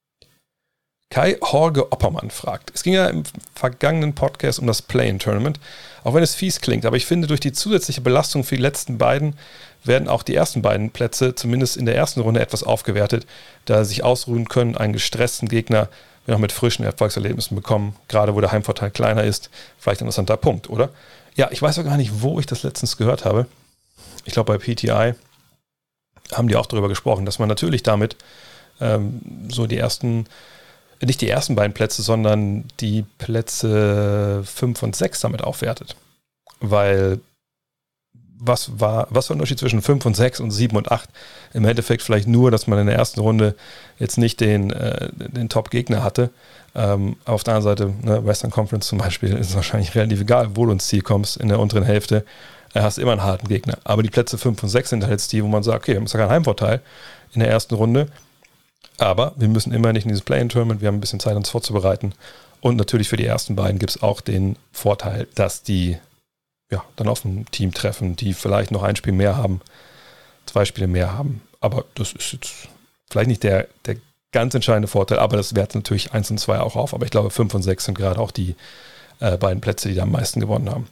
Kai Horge Oppermann fragt, es ging ja im vergangenen Podcast um das Play-in-Tournament, auch wenn es fies klingt, aber ich finde, durch die zusätzliche Belastung für die letzten beiden werden auch die ersten beiden Plätze, zumindest in der ersten Runde, etwas aufgewertet, da sie sich ausruhen können, einen gestressten Gegner noch mit frischen Erfolgserlebnissen bekommen, gerade wo der Heimvorteil kleiner ist, vielleicht ein interessanter Punkt, oder? Ja, ich weiß auch gar nicht, wo ich das letztens gehört habe. Ich glaube, bei P T I haben die auch darüber gesprochen, dass man natürlich damit ähm, so die ersten nicht die ersten beiden Plätze, sondern die Plätze fünf und sechs damit aufwertet. Weil was war, was war der Unterschied zwischen fünf und sechs und sieben und acht? Im Endeffekt vielleicht nur, dass man in der ersten Runde jetzt nicht den, äh, den Top-Gegner hatte. Ähm, auf der anderen Seite, ne, Western Conference zum Beispiel, ist es wahrscheinlich relativ egal, wo du ins Ziel kommst, in der unteren Hälfte, äh, hast immer einen harten Gegner. Aber die Plätze fünf und sechs sind halt jetzt die, wo man sagt, okay, wir haben zwar keinen Heimvorteil in der ersten Runde, aber wir müssen immer nicht in dieses Play-in-Tournament, wir haben ein bisschen Zeit, uns vorzubereiten. Und natürlich für die ersten beiden gibt es auch den Vorteil, dass die ja, dann auf ein Team treffen, die vielleicht noch ein Spiel mehr haben, zwei Spiele mehr haben. Aber das ist jetzt vielleicht nicht der, der ganz entscheidende Vorteil, aber das wertet natürlich eins und zwei auch auf. Aber ich glaube, fünf und sechs sind gerade auch die äh, beiden Plätze, die da am meisten gewonnen haben.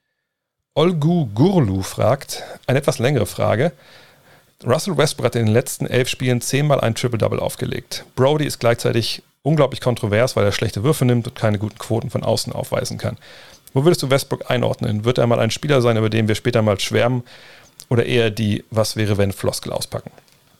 Olgu Gurlu fragt, eine etwas längere Frage. Russell Westbrook hat in den letzten elf Spielen zehnmal ein Triple-Double aufgelegt. Brody ist gleichzeitig unglaublich kontrovers, weil er schlechte Würfe nimmt und keine guten Quoten von außen aufweisen kann. Wo würdest du Westbrook einordnen? Wird er mal ein Spieler sein, über den wir später mal schwärmen, oder eher die Was-wäre-wenn-Floskel auspacken?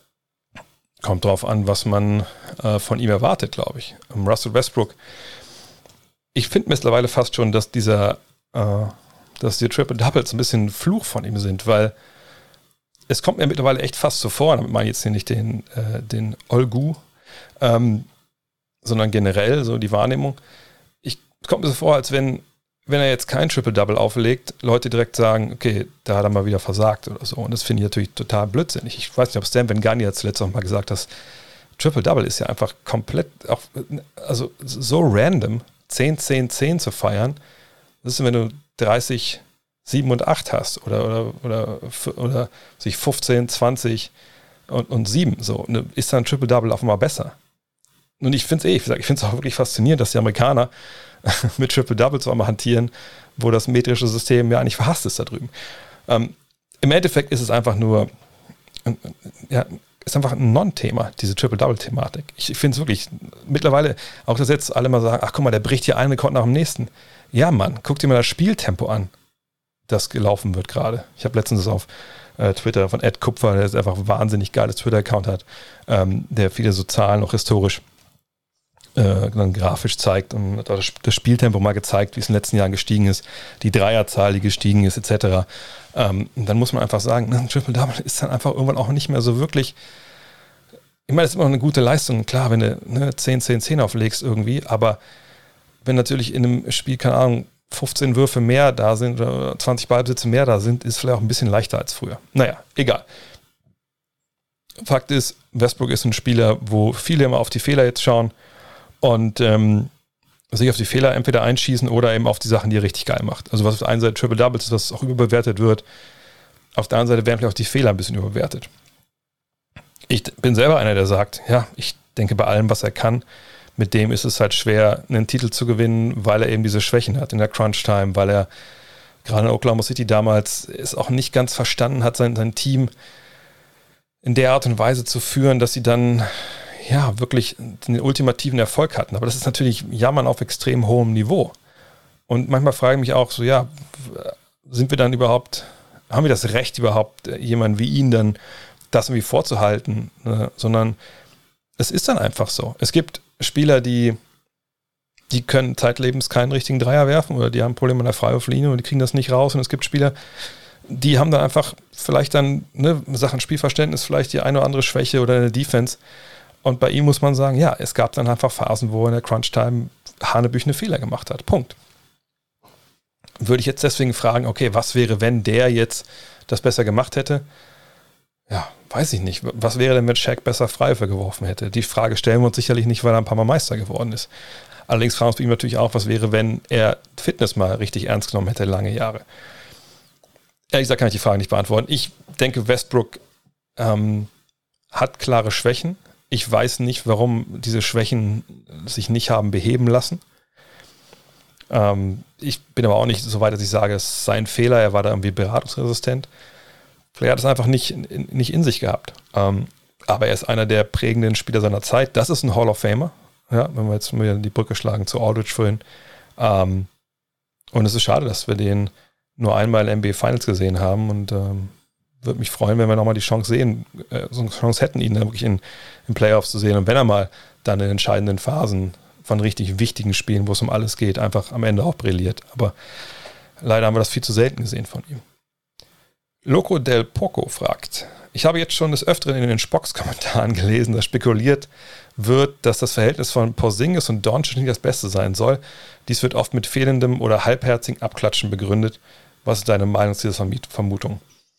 Kommt drauf an, was man äh, von ihm erwartet, glaube ich. Um Russell Westbrook, ich finde mittlerweile fast schon, dass dieser äh, dass die Triple-Doubles ein bisschen Fluch von ihm sind, weil es kommt mir mittlerweile echt fast so vor, damit meine ich jetzt hier nicht den, äh, den Olgu, ähm, sondern generell so die Wahrnehmung. Ich, es kommt mir so vor, als wenn, wenn er jetzt kein Triple-Double auflegt, Leute direkt sagen, okay, da hat er mal wieder versagt oder so. Und das finde ich natürlich total blödsinnig. Ich weiß nicht, ob Stan Van Gundy jetzt zuletzt auch mal gesagt hat, Triple-Double ist ja einfach komplett, auch, also so random, zehn, zehn, zehn zu feiern. Das ist, wenn du dreißig, sieben und acht hast oder, oder, oder, oder sich fünfzehn, zwanzig und, und sieben. So, ist dann Triple-Double auf einmal besser. Und ich finde es eh, ich finde es auch wirklich faszinierend, dass die Amerikaner mit Triple-Double zu einmal hantieren, wo das metrische System ja eigentlich verhasst ist da drüben. Ähm, Im Endeffekt ist es einfach nur, ja, ist einfach ein Non-Thema, diese Triple-Double-Thematik. Ich, ich finde es wirklich, mittlerweile, auch dass jetzt alle mal sagen, ach guck mal, der bricht hier einen Rekord nach dem nächsten. Ja, Mann, guck dir mal das Spieltempo an, das gelaufen wird gerade. Ich habe letztens auf äh, Twitter von Ed Kupfer, der ist einfach ein wahnsinnig geiles Twitter-Account hat, ähm, der viele so Zahlen auch historisch äh, dann grafisch zeigt und hat das, das Spieltempo mal gezeigt, wie es in den letzten Jahren gestiegen ist, die Dreierzahl, die gestiegen ist, et cetera. Ähm, und dann muss man einfach sagen, ein Triple-Double ist dann einfach irgendwann auch nicht mehr so wirklich, ich meine, das ist immer noch eine gute Leistung, klar, wenn du ne, zehn, zehn, zehn auflegst irgendwie, aber wenn natürlich in einem Spiel, keine Ahnung, fünfzehn Würfe mehr da sind oder zwanzig Ballbesitze mehr da sind, ist vielleicht auch ein bisschen leichter als früher. Naja, egal. Fakt ist, Westbrook ist ein Spieler, wo viele immer auf die Fehler jetzt schauen und ähm, sich auf die Fehler entweder einschießen oder eben auf die Sachen, die er richtig geil macht. Also was auf der einen Seite Triple-Doubles ist, was auch überbewertet wird, auf der anderen Seite werden vielleicht auch die Fehler ein bisschen überbewertet. Ich bin selber einer, der sagt, ja, ich denke bei allem, was er kann, mit dem ist es halt schwer, einen Titel zu gewinnen, weil er eben diese Schwächen hat in der Crunch-Time, weil er gerade in Oklahoma City damals es auch nicht ganz verstanden hat, sein, sein Team in der Art und Weise zu führen, dass sie dann ja wirklich den ultimativen Erfolg hatten. Aber das ist natürlich Jammern auf extrem hohem Niveau. Und manchmal frage ich mich auch so, ja, sind wir dann überhaupt, haben wir das Recht überhaupt, jemanden wie ihn dann das irgendwie vorzuhalten? Ne? Sondern es ist dann einfach so. Es gibt Spieler, die, die können zeitlebens keinen richtigen Dreier werfen oder die haben Probleme mit der Freiwurflinie und die kriegen das nicht raus. Und es gibt Spieler, die haben dann einfach vielleicht dann ne, Sachen Spielverständnis, vielleicht die eine oder andere Schwäche oder eine Defense. Und bei ihm muss man sagen, ja, es gab dann einfach Phasen, wo er in der Crunch-Time hanebüchene Fehler gemacht hat. Punkt. Würde ich jetzt deswegen fragen, okay, was wäre, wenn der jetzt das besser gemacht hätte? Ja, weiß ich nicht. Was wäre denn, wenn Shaq besser Freiwürfe geworfen hätte? Die Frage stellen wir uns sicherlich nicht, weil er ein paar Mal Meister geworden ist. Allerdings fragen wir uns bei ihm natürlich auch, was wäre, wenn er Fitness mal richtig ernst genommen hätte, lange Jahre. Ehrlich gesagt kann ich die Frage nicht beantworten. Ich denke, Westbrook ähm, hat klare Schwächen. Ich weiß nicht, warum diese Schwächen sich nicht haben beheben lassen. Ähm, ich bin aber auch nicht so weit, dass ich sage, es ist sein Fehler, er war da irgendwie beratungsresistent. Vielleicht hat es einfach nicht, nicht in sich gehabt. Ähm, aber er ist einer der prägenden Spieler seiner Zeit. Das ist ein Hall of Famer, ja, wenn wir jetzt mal die Brücke schlagen zu Aldridge vorhin. Ähm, und es ist schade, dass wir den nur einmal in N B A Finals gesehen haben und ähm, würde mich freuen, wenn wir nochmal die Chance sehen, äh, so eine Chance hätten, ihn dann wirklich in, in Playoffs zu sehen und wenn er mal dann in entscheidenden Phasen von richtig wichtigen Spielen, wo es um alles geht, einfach am Ende auch brilliert. Aber leider haben wir das viel zu selten gesehen von ihm. Loco del Poco fragt, ich habe jetzt schon des Öfteren in den Spox-Kommentaren gelesen, dass spekuliert wird, dass das Verhältnis von Porzingis und Doncic nicht das Beste sein soll. Dies wird oft mit fehlendem oder halbherzigen Abklatschen begründet. Was ist deine Meinung zu dieser Vermutung?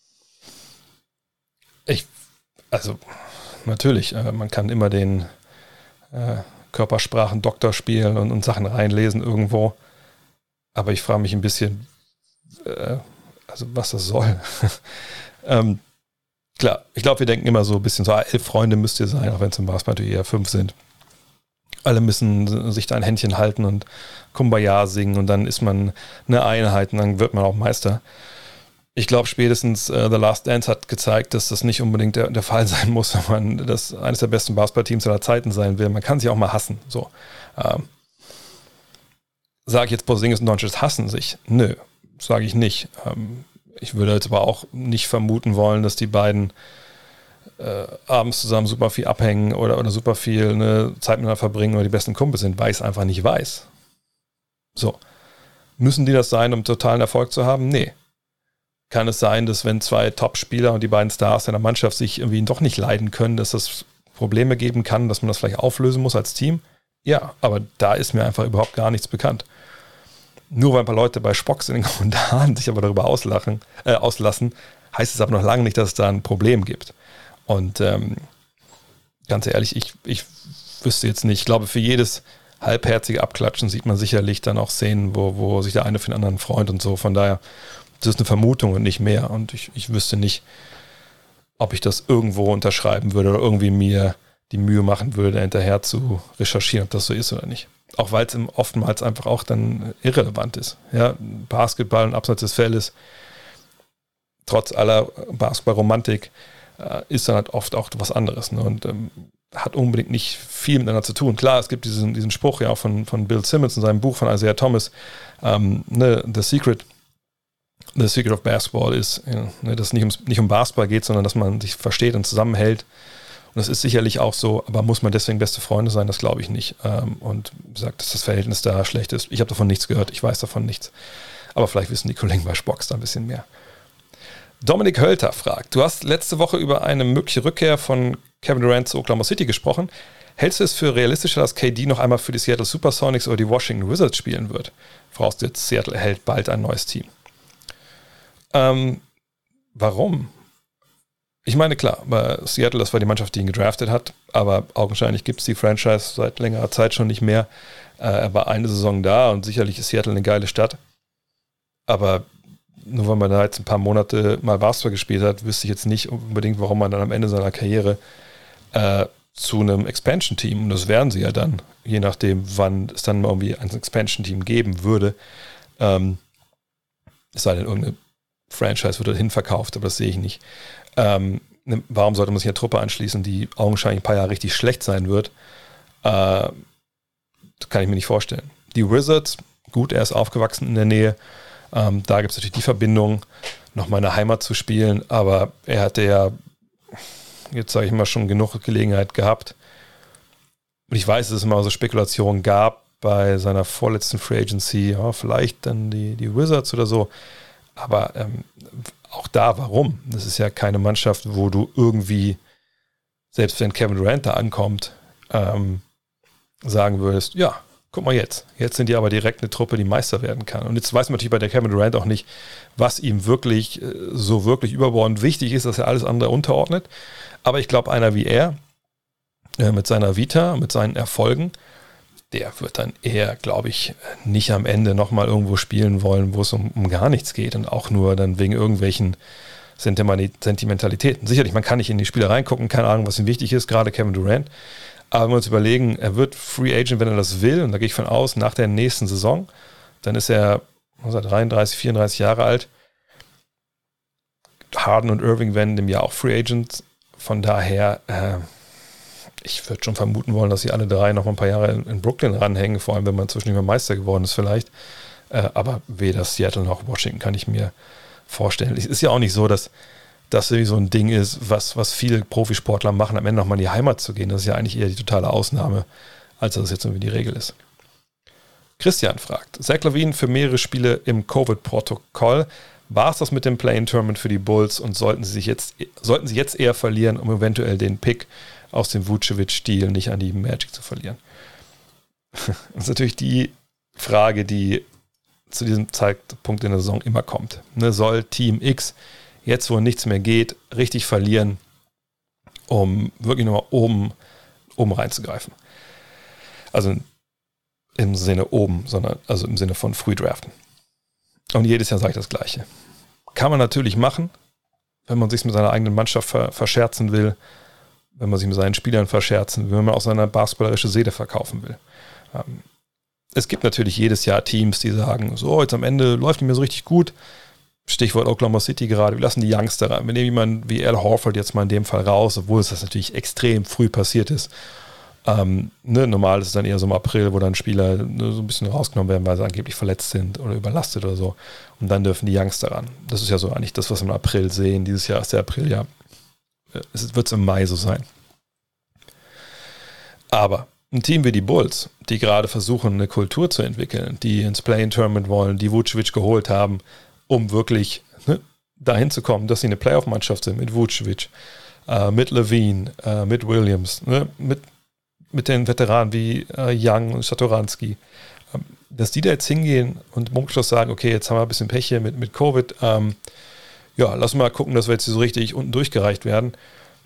Ich, also natürlich, äh, man kann immer den äh, Körpersprachen-Doktor spielen und, und Sachen reinlesen irgendwo, aber ich frage mich ein bisschen, äh, also was das soll. ähm, klar, ich glaube, wir denken immer so ein bisschen so, ah, elf Freunde müsst ihr sein, auch wenn es im Basketball natürlich eher fünf sind. Alle müssen sich da ein Händchen halten und Kumbaya singen und dann ist man eine Einheit und dann wird man auch Meister. Ich glaube, spätestens uh, The Last Dance hat gezeigt, dass das nicht unbedingt der, der Fall sein muss, wenn man das eines der besten Basketballteams aller Zeiten sein will. Man kann sich auch mal hassen. So. Ähm, sage ich jetzt, Porzingis und Doncic hassen sich? Nö, sage ich nicht. Ähm, ich würde jetzt aber auch nicht vermuten wollen, dass die beiden äh, abends zusammen super viel abhängen oder, oder super viel eine Zeit miteinander verbringen oder die besten Kumpels sind, weil ich es einfach nicht weiß. So. Müssen die das sein, um totalen Erfolg zu haben? Nee. Kann es sein, dass wenn zwei Top-Spieler und die beiden Stars einer Mannschaft sich irgendwie doch nicht leiden können, dass das Probleme geben kann, dass man das vielleicht auflösen muss als Team? Ja, aber da ist mir einfach überhaupt gar nichts bekannt. Nur weil ein paar Leute bei Spox in den Kommentaren sich aber darüber auslachen, äh, auslassen, heißt es aber noch lange nicht, dass es da ein Problem gibt. Und ähm, ganz ehrlich, ich, ich wüsste jetzt nicht, ich glaube, für jedes halbherzige Abklatschen sieht man sicherlich dann auch Szenen, wo, wo sich der eine für den anderen freut und so. Von daher, das ist eine Vermutung und nicht mehr. Und ich, ich wüsste nicht, ob ich das irgendwo unterschreiben würde oder irgendwie mir die Mühe machen würde, hinterher zu recherchieren, ob das so ist oder nicht. Auch weil es oftmals einfach auch dann irrelevant ist. Ja, Basketball und abseits des Feldes, trotz aller Basketballromantik, äh, ist dann halt oft auch was anderes. Ne? Und ähm, hat unbedingt nicht viel miteinander zu tun. Klar, es gibt diesen, diesen Spruch ja auch von, von Bill Simmons in seinem Buch von Isaiah Thomas, ähm, ne, The Secret The Secret of Basketball ist, ja, ne, dass es nicht, ums, nicht um Basketball geht, sondern dass man sich versteht und zusammenhält. Und das ist sicherlich auch so, aber muss man deswegen beste Freunde sein? Das glaube ich nicht. Ähm, und sagt, dass das Verhältnis da schlecht ist. Ich habe davon nichts gehört, ich weiß davon nichts. Aber vielleicht wissen die Kollegen bei Spox da ein bisschen mehr. Dominik Hölter fragt, du hast letzte Woche über eine mögliche Rückkehr von Kevin Durant zu Oklahoma City gesprochen. Hältst du es für realistischer, dass K D noch einmal für die Seattle Supersonics oder die Washington Wizards spielen wird? Vorausgesetzt, Seattle erhält bald ein neues Team. Ähm, warum? Ich meine, klar, bei Seattle, das war die Mannschaft, die ihn gedraftet hat, aber augenscheinlich gibt es die Franchise seit längerer Zeit schon nicht mehr. Äh, er war eine Saison da und sicherlich ist Seattle eine geile Stadt. Aber nur weil man da jetzt ein paar Monate mal Basketball gespielt hat, wüsste ich jetzt nicht unbedingt, warum man dann am Ende seiner Karriere äh, zu einem Expansion-Team, und das wären sie ja dann, je nachdem, wann es dann mal irgendwie ein Expansion-Team geben würde, ähm, es sei denn, irgendeine Franchise wird dorthin verkauft, aber das sehe ich nicht. Ähm, ne, warum sollte man sich eine Truppe anschließen, die augenscheinlich ein paar Jahre richtig schlecht sein wird? Äh, das kann ich mir nicht vorstellen. Die Wizards, gut, er ist aufgewachsen in der Nähe. Ähm, da gibt es natürlich die Verbindung, nochmal in der Heimat zu spielen, aber er hatte ja, jetzt sage ich mal, schon genug Gelegenheit gehabt. Und ich weiß, dass es immer so Spekulationen gab bei seiner vorletzten Free Agency, ja, vielleicht dann die, die Wizards oder so. Aber ähm, auch da, warum? Das ist ja keine Mannschaft, wo du irgendwie, selbst wenn Kevin Durant da ankommt, ähm, sagen würdest, ja, guck mal jetzt. Jetzt sind die aber direkt eine Truppe, die Meister werden kann. Und jetzt weiß man natürlich bei der Kevin Durant auch nicht, was ihm wirklich äh, so wirklich überbordend wichtig ist, dass er alles andere unterordnet. Aber ich glaube, einer wie er, äh, mit seiner Vita, mit seinen Erfolgen, der wird dann eher, glaube ich, nicht am Ende nochmal irgendwo spielen wollen, wo es um, um gar nichts geht und auch nur dann wegen irgendwelchen Sentimentalitäten. Sicherlich, man kann nicht in die Spiele reingucken, keine Ahnung, was ihm wichtig ist, gerade Kevin Durant. Aber wenn wir uns überlegen, er wird Free Agent, wenn er das will, und da gehe ich von aus, nach der nächsten Saison, dann ist er, was ist er dreiunddreißig, vierunddreißig Jahre alt. Harden und Irving werden im Jahr auch Free Agents. Von daher, äh, ich würde schon vermuten wollen, dass sie alle drei noch mal ein paar Jahre in, in Brooklyn ranhängen, vor allem wenn man zwischendurch mal Meister geworden ist vielleicht. Äh, aber weder Seattle noch Washington kann ich mir vorstellen. Es ist ja auch nicht so, dass das irgendwie so ein Ding ist, was, was viele Profisportler machen, am Ende nochmal in die Heimat zu gehen. Das ist ja eigentlich eher die totale Ausnahme, als dass es jetzt irgendwie die Regel ist. Christian fragt, Zach LaVine für mehrere Spiele im Covid-Protokoll. war es das mit dem Play-in-Tournament für die Bulls und sollten sie sich jetzt, sollten sie jetzt eher verlieren, um eventuell den Pick aus dem Vucevic-Stil nicht an die Magic zu verlieren? Das ist natürlich die Frage, die zu diesem Zeitpunkt in der Saison immer kommt. Ne, soll Team X jetzt, wo nichts mehr geht, richtig verlieren, um wirklich nochmal oben, oben reinzugreifen? Also im Sinne oben, sondern also im Sinne von früh draften. Und jedes Jahr sage ich das Gleiche. Kann man natürlich machen, wenn man sich mit seiner eigenen Mannschaft ver- verscherzen will, wenn man sich mit seinen Spielern verscherzen will, wenn man auch seine basketballerische Seele verkaufen will. Ähm, es gibt natürlich jedes Jahr Teams, die sagen, so, jetzt am Ende läuft nicht mehr so richtig gut. Stichwort Oklahoma City gerade, wir lassen die Youngster rein. Wir nehmen jemanden wie Al Horford jetzt mal in dem Fall raus, obwohl es das natürlich extrem früh passiert ist. Ähm, ne, normal ist es dann eher so im April, wo dann Spieler ne, so ein bisschen rausgenommen werden, weil sie angeblich verletzt sind oder überlastet oder so. Und dann dürfen die Youngster ran. Das ist ja so eigentlich das, was wir im April sehen. Dieses Jahr ist der April ja, es wird es im Mai so sein. Aber ein Team wie die Bulls, die gerade versuchen, eine Kultur zu entwickeln, die ins Play-in-Tournament wollen, die Vucevic geholt haben, um wirklich ne, dahin zu kommen, dass sie eine Playoff-Mannschaft sind mit Vucevic, äh, mit Levine, äh, mit Williams, ne, mit mit den Veteranen wie äh, Young und Satoransky, ähm, dass die da jetzt hingehen und im Umschluss sagen, okay, jetzt haben wir ein bisschen Pech hier mit, mit Covid, ähm, ja, lass mal gucken, dass wir jetzt so richtig unten durchgereicht werden.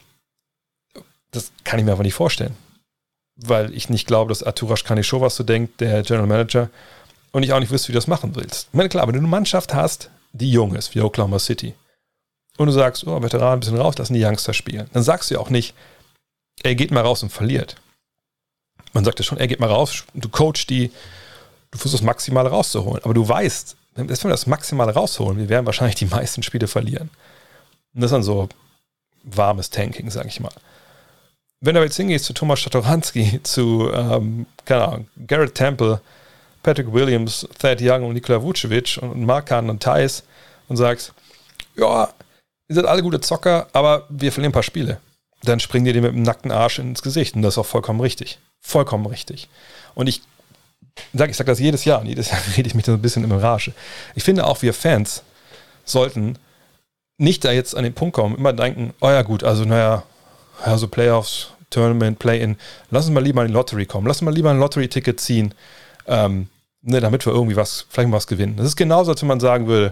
Das kann ich mir einfach nicht vorstellen, weil ich nicht glaube, dass Arturas Karnisovas so denkt, der General Manager, und ich auch nicht wüsste, wie du das machen willst. Ich meine, klar, wenn du eine Mannschaft hast, die jung ist, wie Oklahoma City, und du sagst, oh, Veteranen ein bisschen raus, lassen die Youngster spielen, dann sagst du ja auch nicht, er geht mal raus und verliert. Man sagt ja schon, er geht mal raus, du coachst die, du versuchst das Maximale rauszuholen. Aber du weißt, wenn wir das Maximale rausholen, wir werden wahrscheinlich die meisten Spiele verlieren. Und das ist dann so warmes Tanking, sage ich mal. Wenn du jetzt hingehst zu Thomas Satoransky, zu, ähm, keine Ahnung, Garrett Temple, Patrick Williams, Thad Young und Nikola Vucevic und Markan und Theis und sagst, ja, ihr seid alle gute Zocker, aber wir verlieren ein paar Spiele. Dann springen die dir mit dem nackten Arsch ins Gesicht. Und das ist auch vollkommen richtig. Vollkommen richtig. Und ich sage ich sag das jedes Jahr. Und jedes Jahr rede ich mich da so ein bisschen in Rage. Ich finde auch, wir Fans sollten nicht da jetzt an den Punkt kommen, immer denken, oh ja gut, also naja, ja, so Playoffs, Tournament, Play-In, lass uns mal lieber an die Lottery kommen. Lass uns mal lieber ein Lottery-Ticket ziehen, ähm, ne, damit wir irgendwie was, vielleicht mal was gewinnen. Das ist genauso, als wenn man sagen würde,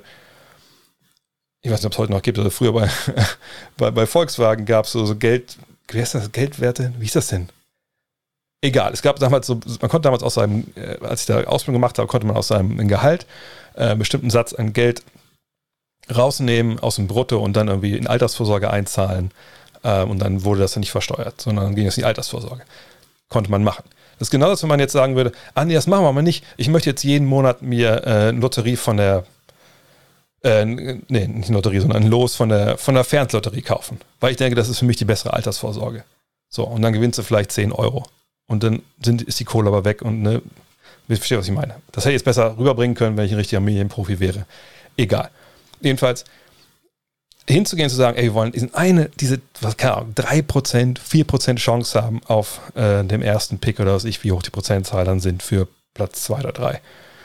ich weiß nicht, ob es heute noch gibt, also früher bei, bei, bei Volkswagen gab es so, so Geld, wie heißt das, Geldwerte, wie hieß das denn? Egal, es gab damals so, man konnte damals aus seinem, äh, als ich da Ausbildung gemacht habe, konnte man aus seinem Gehalt äh, einen bestimmten Satz an Geld rausnehmen aus dem Brutto und dann irgendwie in Altersvorsorge einzahlen äh, und dann wurde das dann nicht versteuert, sondern dann ging es in die Altersvorsorge. Konnte man machen. Das ist genau das, wenn man jetzt sagen würde, ah nee, das machen wir mal nicht, ich möchte jetzt jeden Monat mir äh, eine Lotterie von der Äh, nee, nicht Lotterie, sondern ein Los von der, von der Fernlotterie kaufen. Weil ich denke, das ist für mich die bessere Altersvorsorge. So, und dann gewinnst du vielleicht zehn Euro. Und dann sind, ist die Kohle aber weg und ne, ich verstehe, was ich meine. Das hätte ich jetzt besser rüberbringen können, wenn ich ein richtiger Medienprofi wäre. Egal. Jedenfalls, hinzugehen zu sagen, ey, wir wollen diesen eine, diese, was keine Ahnung, drei Prozent, vier Prozent Chance haben auf äh, dem ersten Pick oder was ich, wie hoch die Prozentzahl dann sind für Platz zwei oder drei.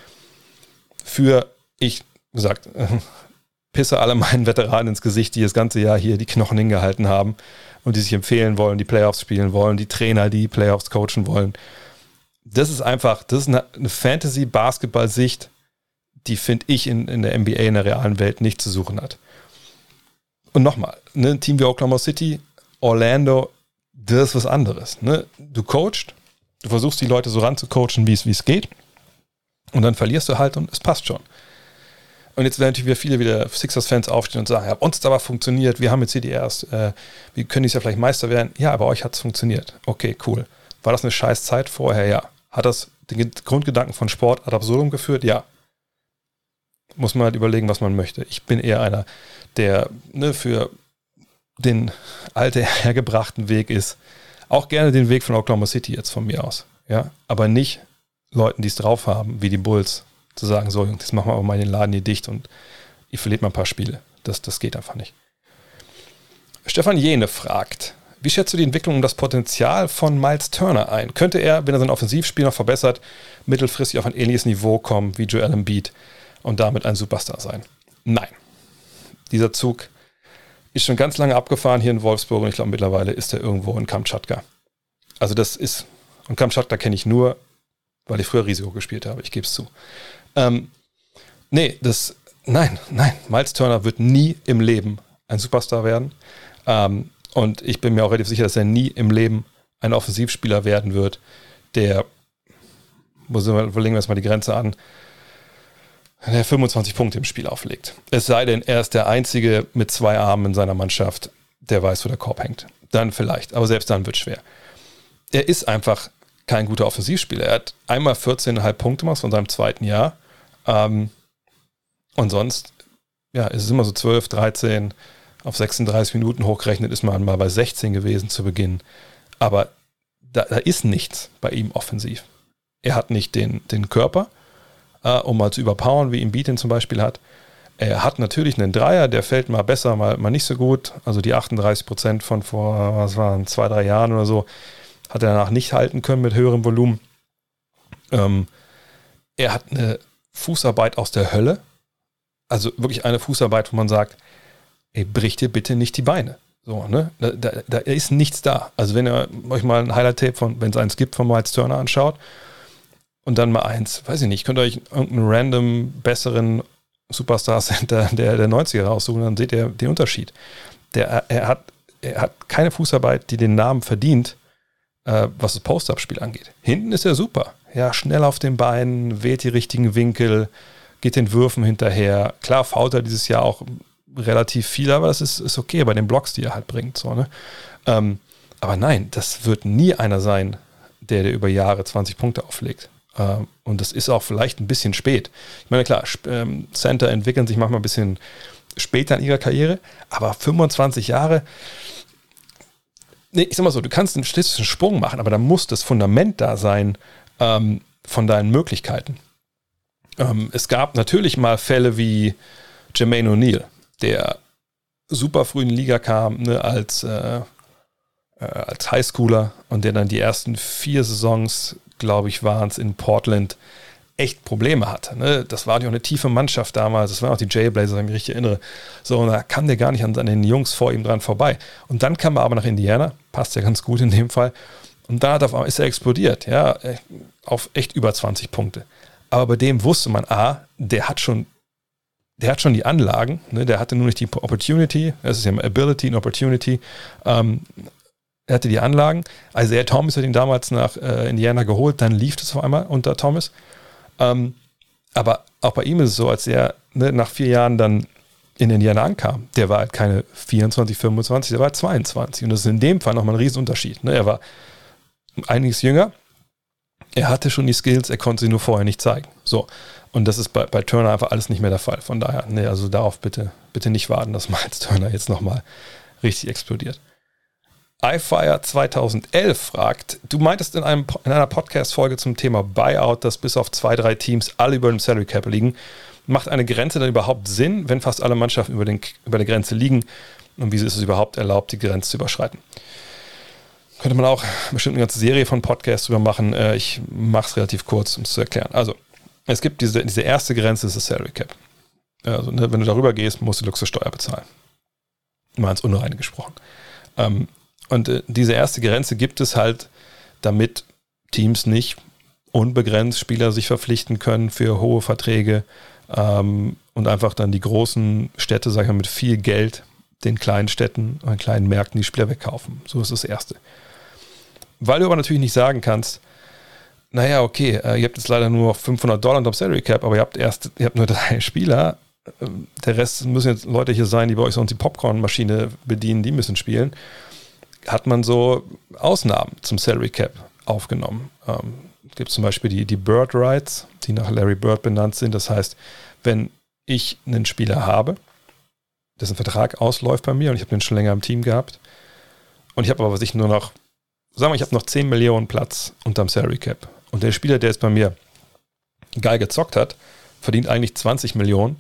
Für, ich gesagt, äh, pisse alle meinen Veteranen ins Gesicht, die das ganze Jahr hier die Knochen hingehalten haben und die sich empfehlen wollen, die Playoffs spielen wollen, die Trainer, die Playoffs coachen wollen. Das ist einfach, das ist eine, eine Fantasy-Basketball-Sicht, die, finde ich, in, in der N B A, in der realen Welt nicht zu suchen hat. Und nochmal, ne, ein Team wie Oklahoma City, Orlando, das ist was anderes. Ne? Du coachst, du versuchst die Leute so ranzucoachen, wie es wie es geht und dann verlierst du halt und es passt schon. Und jetzt werden natürlich wieder viele wieder Sixers-Fans aufstehen und sagen, ja, uns hat es aber funktioniert, wir haben jetzt hier die erst, äh, wir können dies ja vielleicht Meister werden. Ja, bei euch hat es funktioniert. Okay, cool. War das eine scheiß Zeit vorher? Ja. Hat das den Grundgedanken von Sport ad absurdum geführt? Ja. Muss man halt überlegen, was man möchte. Ich bin eher einer, der ne, für den althergebrachten Weg ist, auch gerne den Weg von Oklahoma City jetzt von mir aus. Ja, aber nicht Leuten, die es drauf haben, wie die Bulls, zu sagen, so, jetzt machen wir aber mal den Laden hier dicht und ihr verliert mal ein paar Spiele. Das, das geht einfach nicht. Stefan Jene fragt, wie schätzt du die Entwicklung und das Potenzial von Miles Turner ein? Könnte er, wenn er sein Offensivspiel noch verbessert, mittelfristig auf ein ähnliches Niveau kommen wie Joel Embiid und damit ein Superstar sein? Nein. dieser Zug ist schon ganz lange abgefahren hier in Wolfsburg und ich glaube mittlerweile ist er irgendwo in Kamtschatka. Also das ist, und Kamtschatka kenne ich nur, weil ich früher Risiko gespielt habe, ich gebe es zu. Ähm, nee, das, nein, nein, Miles Turner wird nie im Leben ein Superstar werden. Ähm, und ich bin mir auch relativ sicher, dass er nie im Leben ein Offensivspieler werden wird, der, wo, sind wir, wo legen wir jetzt mal die Grenze an, der fünfundzwanzig Punkte im Spiel auflegt. Es sei denn, er ist der Einzige mit zwei Armen in seiner Mannschaft, der weiß, wo der Korb hängt. Dann vielleicht, aber selbst dann wird es schwer. Er ist einfach kein guter Offensivspieler. Er hat einmal vierzehn Komma fünf Punkte gemacht von seinem zweiten Jahr. Ähm, und sonst, ja, ist es immer so zwölf, dreizehn, auf sechsunddreißig Minuten hochgerechnet ist man mal bei sechzehn gewesen zu Beginn. Aber da, da ist nichts bei ihm offensiv. Er hat nicht den, den Körper, äh, um mal zu überpowern, wie Embiid ihn zum Beispiel hat. Er hat natürlich einen Dreier, der fällt mal besser, mal, mal nicht so gut. Also die achtunddreißig Prozent von vor, was waren, zwei, drei Jahren oder so, hat er danach nicht halten können mit höherem Volumen. Ähm, er hat eine Fußarbeit aus der Hölle. Also wirklich eine Fußarbeit, wo man sagt, ey, brich dir bitte nicht die Beine. So, ne? Da, da, da ist nichts da. Also wenn ihr euch mal ein Highlight-Tape von, wenn es eins gibt, von Miles Turner anschaut und dann mal eins, weiß ich nicht, könnt ihr euch irgendeinen random besseren Superstar-Center der, der neunziger raussuchen, dann seht ihr den Unterschied. Der, er, hat, er hat keine Fußarbeit, die den Namen verdient, äh, was das Post-Up-Spiel angeht. Hinten ist er super. Ja, schnell auf den Beinen, wählt die richtigen Winkel, geht den Würfen hinterher. Klar, fault er dieses Jahr auch relativ viel, aber das ist, ist okay bei den Blocks, die er halt bringt. So, ne? ähm, aber nein, das wird nie einer sein, der, der über Jahre zwanzig Punkte auflegt. Ähm, und das ist auch vielleicht ein bisschen spät. Ich meine, klar, ähm, Center entwickeln sich manchmal ein bisschen später in ihrer Karriere, aber fünfundzwanzig Jahre, nee, ich sag mal so, du kannst einen statistischen Sprung machen, aber da muss das Fundament da sein ähm, von deinen Möglichkeiten. Ähm, es gab natürlich mal Fälle wie Jermaine O'Neal, der super früh in die Liga kam, ne, als, äh, äh, als Highschooler und der dann die ersten vier Saisons, glaube ich, waren es in Portland, echt Probleme hatte. Ne? Das war ja auch eine tiefe Mannschaft damals, das waren auch die Jailblazers, wenn ich mich richtig erinnere. So, und da kam der gar nicht an, an den Jungs vor ihm dran vorbei. Und dann kam er aber nach Indiana, passt ja ganz gut in dem Fall, und da hat auf einmal, ist er explodiert, ja, auf echt über zwanzig Punkte. Aber bei dem wusste man, ah, der hat schon Der hat schon die Anlagen, ne? Der hatte nur nicht die Opportunity, das ist ja Ability und Opportunity. Ähm, er hatte die Anlagen. Isaiah Thomas hat ihn damals nach äh, Indiana geholt, dann lief das auf einmal unter Thomas. Ähm, aber auch bei ihm ist es so, als er ne, nach vier Jahren dann in Indiana ankam, der war halt keine vierundzwanzig, fünfundzwanzig, der war halt zweiundzwanzig. Und das ist in dem Fall nochmal ein Riesenunterschied. Ne? Er war einiges jünger, er hatte schon die Skills, er konnte sie nur vorher nicht zeigen. So. Und das ist bei, bei Turner einfach alles nicht mehr der Fall. Von daher, nee, also darauf bitte, bitte nicht warten, dass Miles Turner jetzt nochmal richtig explodiert. iFire zweitausendelf fragt, du meintest in, einem, in einer Podcast-Folge zum Thema Buyout, dass bis auf zwei, drei Teams alle über dem Salary Cap liegen. Macht eine Grenze dann überhaupt Sinn, wenn fast alle Mannschaften über, den, über der Grenze liegen? Und wieso ist es überhaupt erlaubt, die Grenze zu überschreiten? Könnte man auch bestimmt eine ganze Serie von Podcasts drüber machen. Ich mache es relativ kurz, um es zu erklären. Also, es gibt diese, diese erste Grenze, das ist das Salary Cap. Also, ne, wenn du darüber gehst, musst du Luxussteuer bezahlen. Mal ins Unreine gesprochen. Ähm, und äh, diese erste Grenze gibt es halt, damit Teams nicht unbegrenzt Spieler sich verpflichten können für hohe Verträge ähm, und einfach dann die großen Städte, sag ich mal, mit viel Geld den kleinen Städten und kleinen Märkten die Spieler wegkaufen. So ist das Erste. Weil du aber natürlich nicht sagen kannst, naja, okay, äh, ihr habt jetzt leider nur fünfhundert Dollar unter dem Salary Cap, aber ihr habt erst, ihr habt nur drei Spieler. Äh, der Rest müssen jetzt Leute hier sein, die bei euch sonst die Popcorn-Maschine bedienen, die müssen spielen. Hat man so Ausnahmen zum Salary Cap aufgenommen. Ähm, es gibt zum Beispiel die, die Bird Rights, die nach Larry Bird benannt sind. Das heißt, wenn ich einen Spieler habe, dessen Vertrag ausläuft bei mir und ich habe den schon länger im Team gehabt und ich habe aber was ich nur noch, sagen wir, ich habe noch zehn Millionen Platz unterm Salary Cap. Und der Spieler, der jetzt bei mir geil gezockt hat, verdient eigentlich zwanzig Millionen.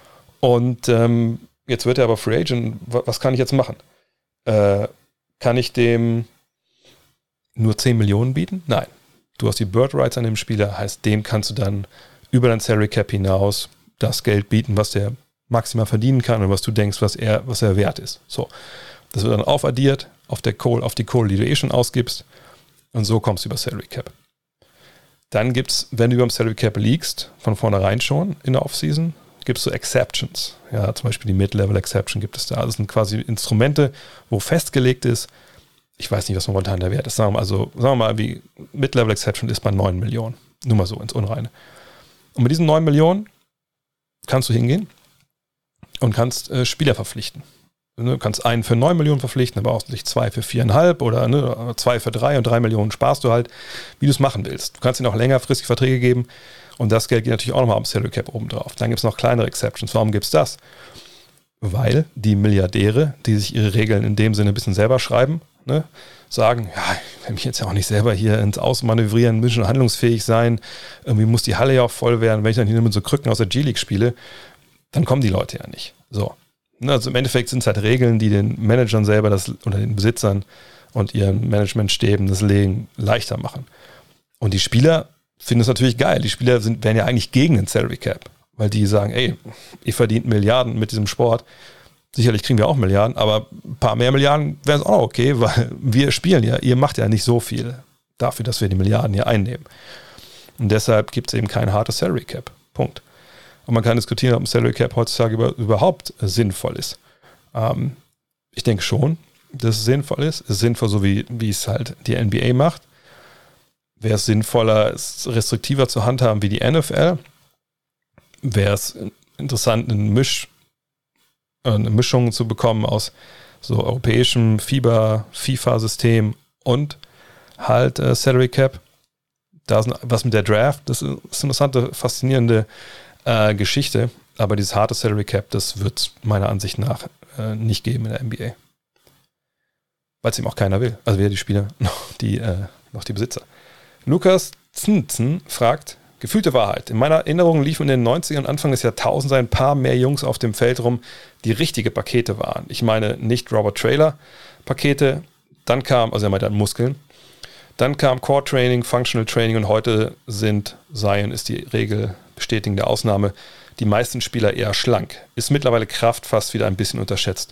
Und ähm, jetzt wird er aber Free Agent. Was kann ich jetzt machen? Äh, kann ich dem nur zehn Millionen bieten? Nein. Du hast die Bird Rights an dem Spieler, heißt, dem kannst du dann über dein Salary Cap hinaus das Geld bieten, was der maximal verdienen kann und was du denkst, was er, was er wert ist. So. Das wird dann aufaddiert auf, der Kohle, auf die Kohle, die du eh schon ausgibst. Und so kommst du über Salary Cap. Dann gibt es, wenn du über dem Salary Cap liegst, von vornherein schon in der Offseason, gibt es so Exceptions. Ja, zum Beispiel die Mid-Level Exception gibt es da. Das sind quasi Instrumente, wo festgelegt ist, ich weiß nicht, was momentan der Wert ist. Sagen wir mal, also, sagen wir mal, wie Mid-Level Exception ist bei neun Millionen. Nur mal so ins Unreine. Und mit diesen neun Millionen kannst du hingehen und kannst äh, Spieler verpflichten. Du kannst einen für neun Millionen verpflichten, dann brauchst du nicht zwei für viereinhalb oder ne, zwei für drei und drei Millionen sparst du halt, wie du es machen willst. Du kannst ihnen auch längerfristige Verträge geben und das Geld geht natürlich auch nochmal am Salary Cap oben drauf. Dann gibt es noch kleinere Exceptions. Warum gibt es das? Weil die Milliardäre, die sich ihre Regeln in dem Sinne ein bisschen selber schreiben, ne, sagen, ja, ich will mich jetzt ja auch nicht selber hier ins Außen manövrieren, ein bisschen handlungsfähig sein, irgendwie muss die Halle ja auch voll werden, wenn ich dann hier mit so Krücken aus der G-League spiele, dann kommen die Leute ja nicht. So. Also im Endeffekt sind es halt Regeln, die den Managern selber das, oder den Besitzern und ihren Managementstäben das Leben leichter machen. Und die Spieler finden es natürlich geil. Die Spieler sind, wären ja eigentlich gegen den Salary Cap, weil die sagen, ey, ihr verdient Milliarden mit diesem Sport. Sicherlich kriegen wir auch Milliarden, aber ein paar mehr Milliarden wären es auch okay, weil wir spielen ja, ihr macht ja nicht so viel dafür, dass wir die Milliarden hier einnehmen. Und deshalb gibt es eben kein hartes Salary Cap. Punkt. Und man kann diskutieren, ob ein Salary Cap heutzutage über, überhaupt sinnvoll ist. Ähm, ich denke schon, dass es sinnvoll ist. Es ist sinnvoll, so wie, wie es halt die N B A macht. Wäre es sinnvoller, es restriktiver zu handhaben wie die N F L? Wäre es interessant, eine, Misch, eine Mischung zu bekommen aus so europäischem FIBA, FIFA-System und halt äh, Salary Cap? Da ist was mit der Draft. Das ist eine interessante, faszinierende Äh, Geschichte, aber dieses harte Salary Cap, das wird es meiner Ansicht nach äh, nicht geben in der N B A. Weil es eben auch keiner will. Also weder die Spieler noch die, äh, noch die Besitzer. Lukas Zinzen fragt, gefühlte Wahrheit. In meiner Erinnerung liefen in den neunzigern und Anfang des Jahrtausends ein paar mehr Jungs auf dem Feld rum, die richtige Pakete waren. Ich meine nicht Robert Traylor Pakete, dann kam, also er meinte dann Muskeln, dann kam Core Training, Functional Training und heute sind, Zion ist die Regel, bestätigende Ausnahme, die meisten Spieler eher schlank. Ist mittlerweile Kraft fast wieder ein bisschen unterschätzt.